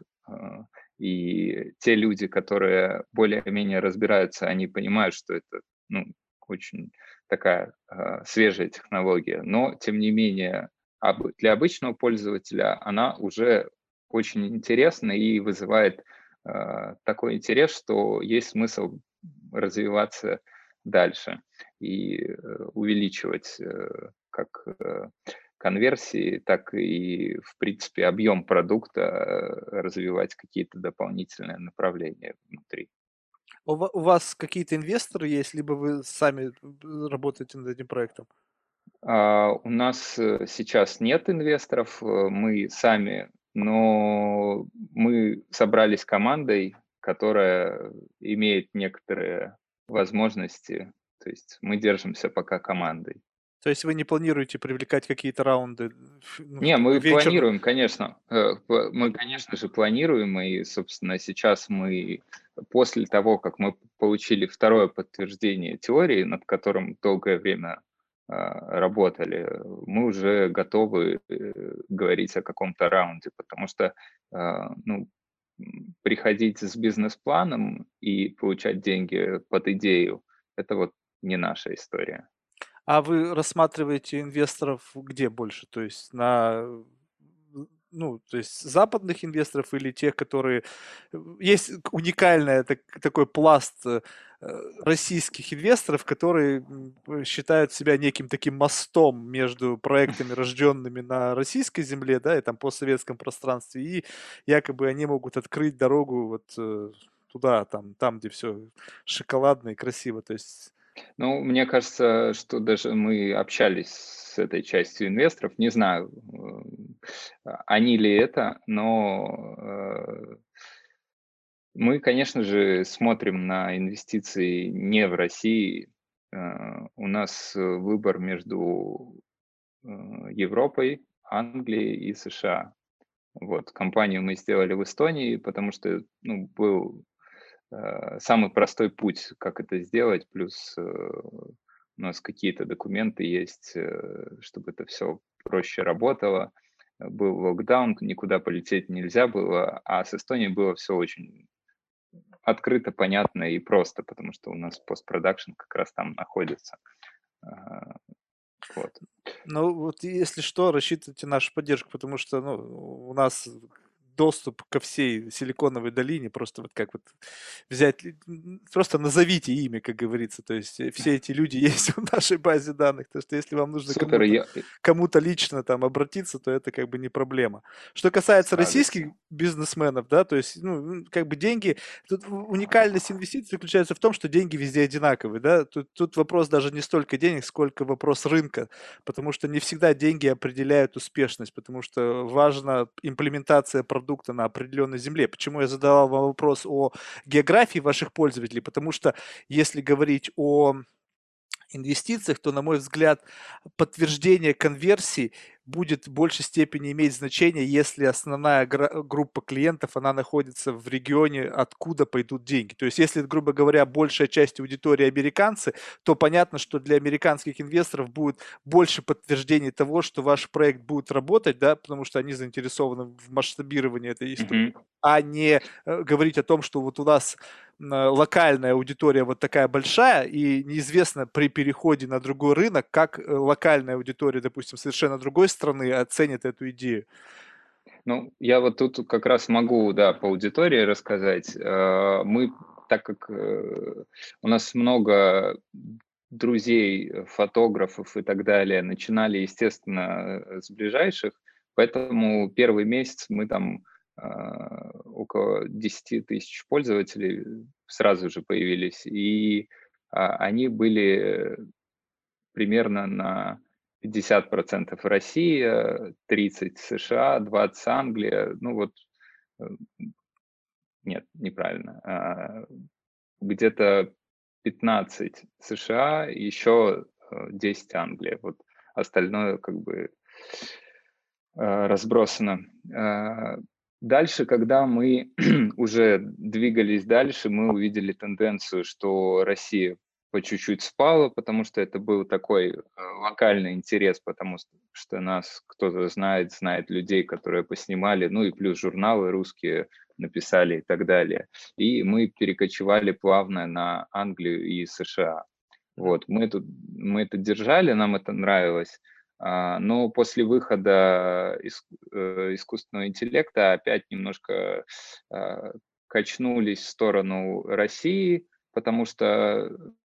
и те люди, которые более-менее разбираются, они понимают, что это, ну, очень такая, свежая технология, но тем не менее для обычного пользователя она уже очень интересно и вызывает, такой интерес, что есть смысл развиваться дальше и, увеличивать, как, конверсии, так и, в принципе, объем продукта, развивать какие-то дополнительные направления внутри. у вас какие-то инвесторы есть, либо вы сами работаете над этим проектом? У нас, сейчас нет инвесторов, мы сами, но мы собрались командой, которая имеет некоторые возможности. То есть мы держимся пока командой. То есть вы не планируете привлекать какие-то раунды, ну, Не, мы венчурных? планируем, конечно, мы, конечно же, планируем, и, собственно, сейчас мы, после того, как мы получили второе подтверждение теории, над которым долгое время, работали, мы уже готовы, говорить о каком-то раунде, потому что, ну, приходить с бизнес-планом и получать деньги под идею — это вот не наша история. А вы рассматриваете инвесторов где больше? То есть ну, то есть западных инвесторов или тех, которые есть уникальный такой пласт российских инвесторов, которые считают себя неким таким мостом между проектами, рожденными на российской земле, да, и там постсоветском пространстве, и якобы они могут открыть дорогу вот туда, там, где все шоколадно и красиво. То есть Ну, мне кажется, что даже мы общались с этой частью инвесторов. Не знаю, они ли это, но мы, конечно же, смотрим на инвестиции не в России. У нас выбор между Европой, Англией и США. Вот, компанию мы сделали в Эстонии, потому что, ну, был самый простой путь, как это сделать, плюс у нас какие-то документы есть, чтобы это все проще работало. Был локдаун, никуда полететь нельзя было, а с Эстонией было все очень открыто, понятно и просто, потому что у нас постпродакшн как раз там находится. А, Вот. Ну, вот если что, рассчитывайте нашу поддержку, потому что, ну, у нас доступ ко всей Силиконовой долине, просто вот как вот взять, просто назовите имя, как говорится, то есть все эти люди есть в нашей базе данных, то что если вам нужно Супер, кому-то лично там обратиться, то это как бы не проблема. Что касается с российских радостью. бизнесменов, да, то есть, ну, как бы деньги, тут уникальность инвестиций заключается в том, что деньги везде одинаковые, да, тут вопрос даже не столько денег, сколько вопрос рынка, потому что не всегда деньги определяют успешность, потому что важна имплементация продукта на определенной земле. Почему я задавал вам вопрос о географии ваших пользователей? Потому что если говорить о инвестициях, то, на мой взгляд, подтверждение конверсии будет в большей степени иметь значение, если основная группа клиентов, она находится в регионе, откуда пойдут деньги. То есть, если, грубо говоря, большая часть аудитории американцы, то понятно, что для американских инвесторов будет больше подтверждений того, что ваш проект будет работать, да, потому что они заинтересованы в масштабировании этой истории, Мгм. а не говорить о том, что вот у нас локальная аудитория вот такая большая, и неизвестно при переходе на другой рынок, как локальная аудитория, допустим, совершенно другой страны оценит эту идею. Ну, я вот тут как раз могу, да, по аудитории рассказать. Мы, так как у нас много друзей, фотографов и так далее, начинали, естественно, с ближайших, поэтому первый месяц мы там около 10 000 пользователей сразу же появились, и они были примерно на 50% Россия, 30 США, 20 Англия. Ну вот, э, нет, неправильно. Где-то 15 США, еще 10 Англия. Вот остальное как бы разбросано. А, Дальше, когда мы уже двигались дальше, мы увидели тенденцию, что Россия по чуть-чуть спала, потому что это был такой локальный интерес, потому что нас кто-то знает, знает людей, которые поснимали, ну и плюс журналы русские написали и так далее. И мы перекочевали плавно на Англию и США. Мгм. Вот, мы это держали, нам это нравилось. Но после выхода искусственного интеллекта опять немножко а, качнулись в сторону России, потому что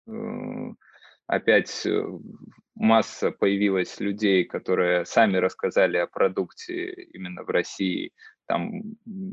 опять масса появилась людей, которые сами рассказали о продукте именно в России. Там,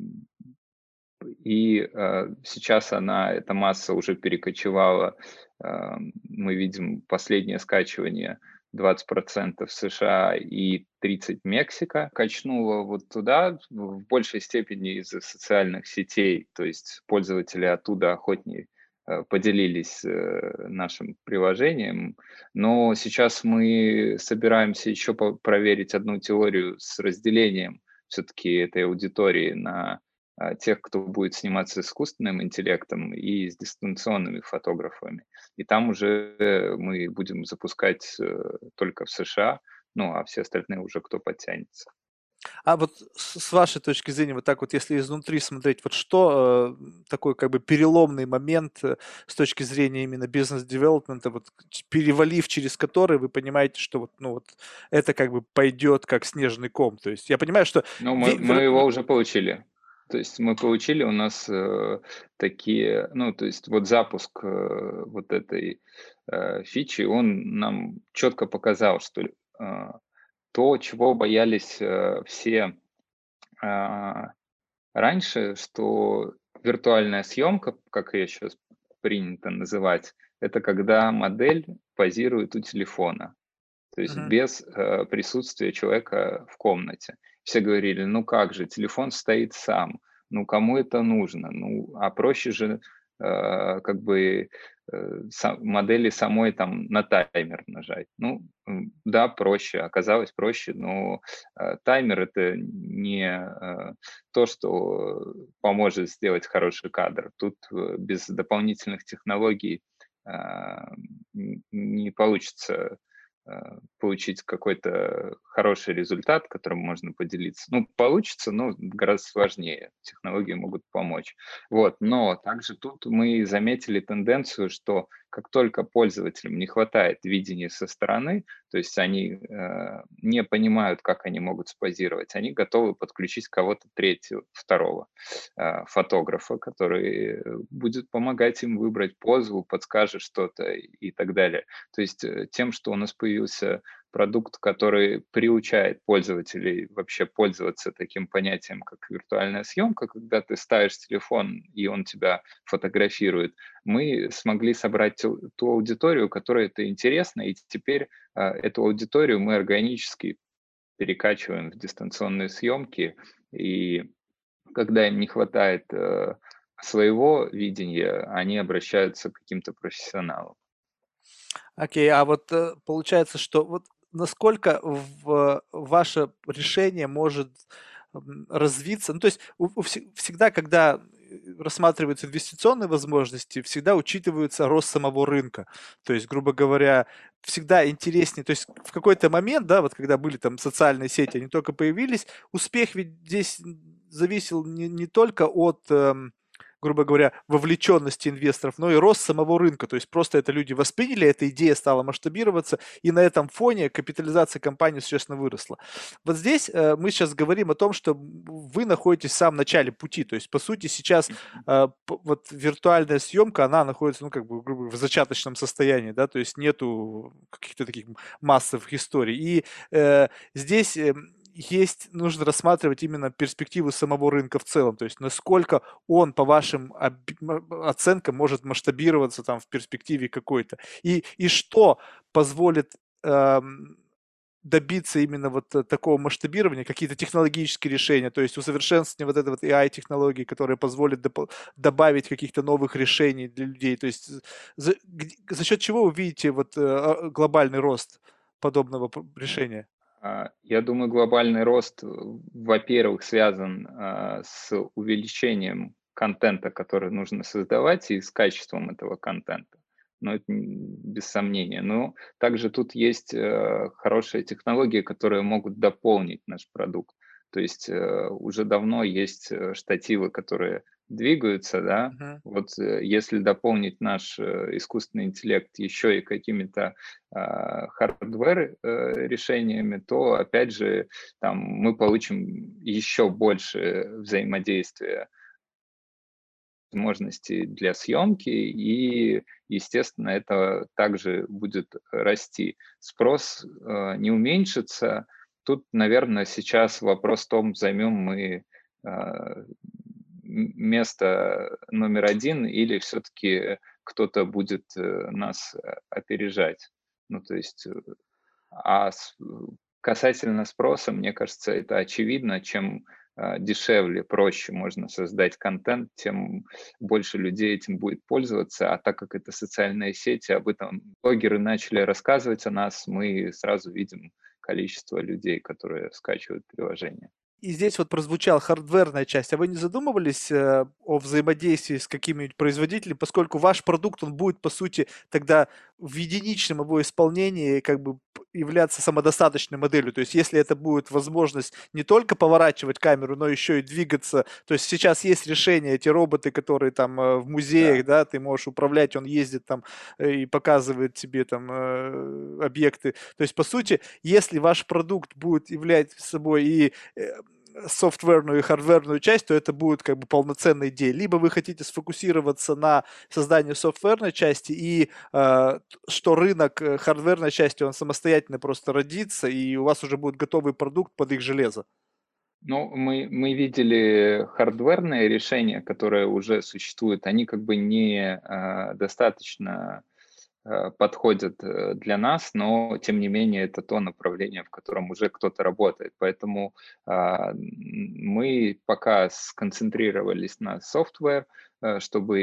и сейчас эта масса уже перекочевала. Мы видим последнее скачивание 20% США и 30% Мексика качнуло вот туда в большей степени из-за социальных сетей, то есть пользователи оттуда охотнее поделились нашим приложением. Но сейчас мы собираемся еще проверить одну теорию с разделением все-таки этой аудитории на тех, кто будет сниматься с искусственным интеллектом и с дистанционными фотографами. И там уже мы будем запускать только в США, ну, а все остальные уже кто подтянется. А вот с вашей точки зрения, вот так вот, если изнутри смотреть, вот что такой как бы переломный момент с точки зрения именно бизнес-девелопмента, вот перевалив через который вы понимаете, что вот, ну вот это как бы пойдет как снежный ком. То есть я понимаю, что Но мы его уже получили. То есть мы получили, у нас такие, ну, то есть вот запуск вот этой фичи, он нам четко показал, что то, чего боялись все а, раньше, что виртуальная съемка, как ее сейчас принято называть, это когда модель позирует у телефона, то есть Мгм. без присутствия человека в комнате. Все говорили, ну как же, телефон стоит сам, ну кому это нужно, ну а проще же как бы модели самой там на таймер нажать. Ну да, проще, оказалось проще, но таймер это не то, что поможет сделать хороший кадр. Тут без дополнительных технологий не получится получить какой-то хороший результат, которым можно поделиться. Ну, получится, но гораздо сложнее. Технологии могут помочь. Вот. Но также тут мы заметили тенденцию, что как только пользователям не хватает видения со стороны, то есть они не понимают, как они могут спозировать, они готовы подключить кого-то третьего, второго фотографа, который будет помогать им выбрать позу, подскажет что-то и так далее. То есть тем, что у нас появился продукт, который приучает пользователей вообще пользоваться таким понятием, как виртуальная съемка, когда ты ставишь телефон, и он тебя фотографирует, мы смогли собрать ту аудиторию, которой это интересно, и теперь эту аудиторию мы органически перекачиваем в дистанционные съемки, и когда им не хватает своего видения, они обращаются к каким-то профессионалам. Окей, а вот, получается, что вот насколько ваше решение может, развиться? Ну, то есть всегда, когда, рассматриваются инвестиционные возможности, всегда учитывается рост самого рынка. То есть, грубо говоря, всегда интереснее, то есть в какой-то момент, да, вот когда были там социальные сети, они только появились, успех ведь здесь зависел не только от, грубо говоря, вовлеченности инвесторов, но и рост самого рынка. То есть просто это люди восприняли, эта идея стала масштабироваться, и на этом фоне капитализация компании существенно выросла. Вот здесь мы сейчас говорим о том, что вы находитесь в самом начале пути. То есть, по сути, сейчас вот виртуальная съемка, она находится, ну, как бы, грубо говоря, в зачаточном состоянии, да, то есть нету каких-то таких массовых историй. И здесь есть, нужно рассматривать именно перспективу самого рынка в целом, то есть насколько он, по вашим оценкам, может масштабироваться там в перспективе какой-то. И что позволит добиться именно вот такого масштабирования, какие-то технологические решения, то есть усовершенствование вот этой вот AI-технологии, которая позволит добавить каких-то новых решений для людей. То есть за счет чего вы видите вот глобальный рост подобного решения? Я думаю, глобальный рост, во-первых, связан с увеличением контента, который нужно создавать, и с качеством этого контента. Но это без сомнения. Но также тут есть хорошие технологии, которые могут дополнить наш продукт. То есть уже давно есть штативы, которые двигаются, да. Мгм. Вот если дополнить наш искусственный интеллект еще и какими-то хардвер решениями, то, опять же, там мы получим еще больше взаимодействия, возможностей для съемки, и, естественно, это также будет расти. Спрос не уменьшится. Тут, наверное, сейчас вопрос в том, займем мы место номер один или все-таки кто-то будет нас опережать. Ну, то есть а касательно спроса, мне кажется, это очевидно. Чем дешевле, проще можно создать контент, тем больше людей этим будет пользоваться. А так как это социальные сети, об этом блогеры начали рассказывать о нас, мы сразу видим количество людей, которые скачивают приложение. И здесь вот прозвучала хардверная часть. А вы не задумывались о взаимодействии с какими-нибудь производителями, поскольку ваш продукт, он будет, по сути, тогда в единичном его исполнении как бы являться самодостаточной моделью. То есть если это будет возможность не только поворачивать камеру, но еще и двигаться. То есть сейчас есть решения, эти роботы, которые там в музеях, Да. да, ты можешь управлять, он ездит там и показывает тебе там объекты. То есть, по сути, если ваш продукт будет являть собой и софтверную и хардверную часть, то это будет как бы полноценная идея. Либо вы хотите сфокусироваться на создании софтверной части, и что рынок хардверной части, он самостоятельно просто родится, и у вас уже будет готовый продукт под их железо. Ну, мы видели хардверные решения, которые уже существуют. Они как бы не достаточно подходят для нас, но тем не менее это то направление, в котором уже кто-то работает. Поэтому мы пока сконцентрировались на software, чтобы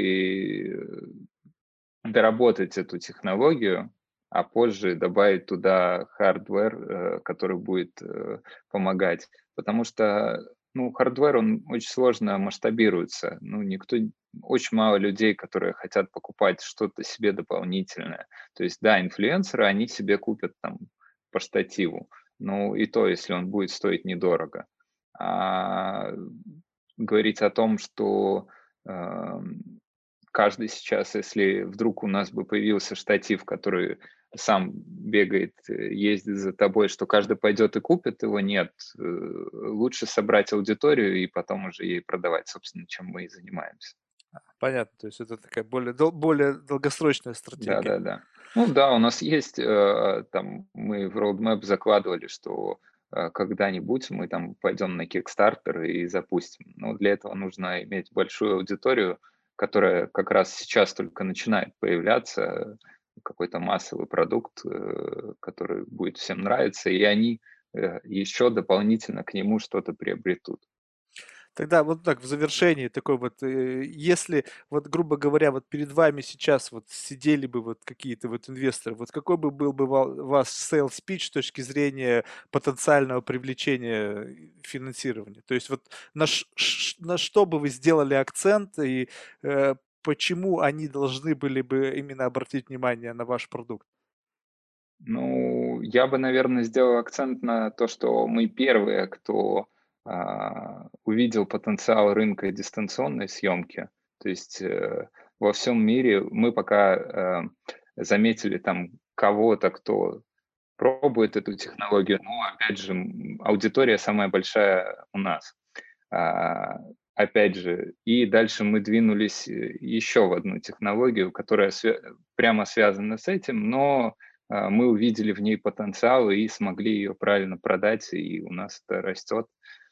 доработать эту технологию, а позже добавить туда hardware, который будет помогать. Потому что, ну, hardware, он очень сложно масштабируется. Ну, очень мало людей, которые хотят покупать что-то себе дополнительное. То есть, да, инфлюенсеры, они себе купят там по штативу. Ну, и то, если он будет стоить недорого. А говорить о том, что каждый сейчас, если вдруг у нас бы появился штатив, который сам бегает, ездит за тобой, что каждый пойдет и купит его, нет. Лучше собрать аудиторию и потом уже ей продавать, собственно, чем мы и занимаемся. Понятно, то есть это такая более долгосрочная стратегия. Да-да-да. Ну да, у нас есть, там, мы в roadmap закладывали, что когда-нибудь мы там пойдем на Kickstarter и запустим. Но для этого нужно иметь большую аудиторию, которая как раз сейчас только начинает появляться, какой-то массовый продукт, который будет всем нравиться, и они еще дополнительно к нему что-то приобретут. Тогда вот так в завершении такой вот, если вот, грубо говоря, вот перед вами сейчас вот сидели бы вот какие-то вот инвесторы, вот какой бы был бы у вас sales pitch с точки зрения потенциального привлечения финансирования? То есть вот на что бы вы сделали акцент и почему они должны были бы именно обратить внимание на ваш продукт? Ну, я бы, наверное, сделал акцент на то, что мы первые, кто увидел потенциал рынка дистанционной съемки. То есть во всем мире мы пока заметили там кого-то, кто пробует эту технологию, но, опять же, аудитория самая большая у нас. А, Опять же, и дальше мы двинулись еще в одну технологию, которая прямо связана с этим, но мы увидели в ней потенциал и смогли ее правильно продать, и у нас это растет.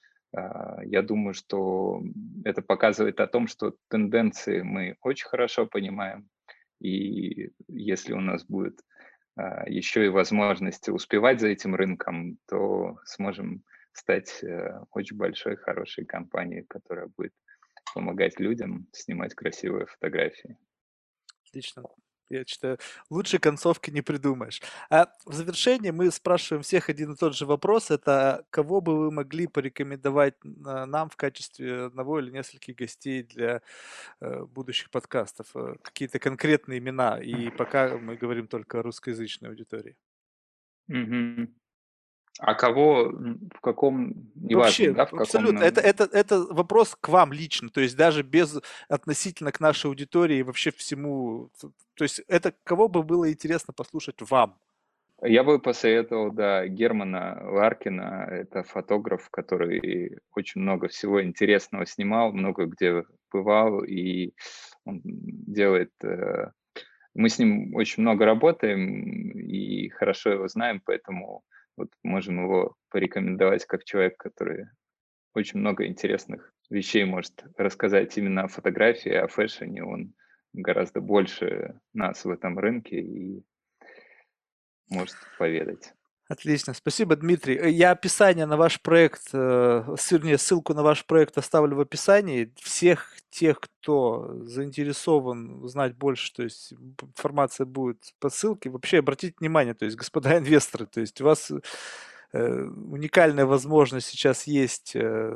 Я думаю, что это показывает о том, что тенденции мы очень хорошо понимаем, и если у нас будет еще и возможность успевать за этим рынком, то сможем стать очень большой, хорошей компанией, которая будет помогать людям снимать красивые фотографии. Отлично. Я считаю, лучшей концовки не придумаешь. А в завершении мы спрашиваем всех один и тот же вопрос. Это кого бы вы могли порекомендовать нам в качестве одного или нескольких гостей для будущих подкастов? Какие-то конкретные имена. И пока мы говорим только о русскоязычной аудитории. Мгм. А кого, в каком, неважно, Вообще, да, в каком, абсолютно. Это вопрос к вам лично, то есть даже без относительно к нашей аудитории и вообще всему. То есть это кого бы было интересно послушать вам? я бы посоветовал, да, Германа Ларкина. Это фотограф, который очень много всего интересного снимал, много где бывал, и он делает мы с ним очень много работаем и хорошо его знаем, поэтому вот можем его порекомендовать как человек, который очень много интересных вещей может рассказать именно о фотографии, о фэшне. Он гораздо больше нас в этом рынке и может поведать. Отлично, спасибо, Дмитрий. Я описание на ваш проект, вернее, ссылку на ваш проект оставлю в описании. Всех тех, кто заинтересован узнать больше, то есть информация будет по ссылке. Вообще обратите внимание, то есть, господа инвесторы, то есть у вас уникальная возможность сейчас есть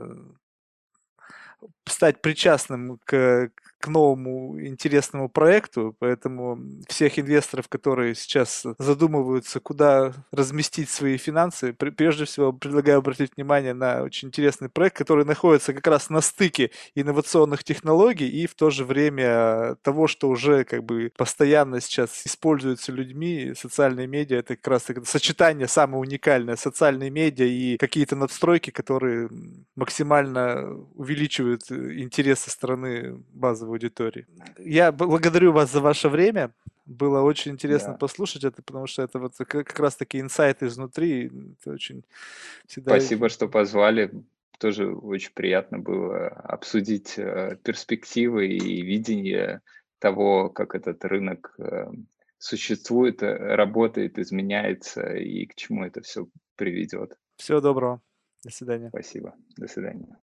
стать причастным к новому интересному проекту, поэтому всех инвесторов, которые сейчас задумываются, куда разместить свои финансы, прежде всего предлагаю обратить внимание на очень интересный проект, который находится как раз на стыке инновационных технологий и в то же время того, что уже как бы постоянно сейчас используется людьми. Социальные медиа — это как раз сочетание самое уникальное: социальные медиа и какие-то надстройки, которые максимально увеличивают интерес со стороны базовой аудитории. Я благодарю вас за ваше время. Было очень интересно Да. послушать это, потому что это вот как раз таки инсайты изнутри. Это очень всегда... Спасибо, что позвали. Тоже очень приятно было обсудить перспективы и видение того, как этот рынок существует, работает, изменяется и к чему это все приведет. Всего доброго. До свидания. Спасибо. До свидания.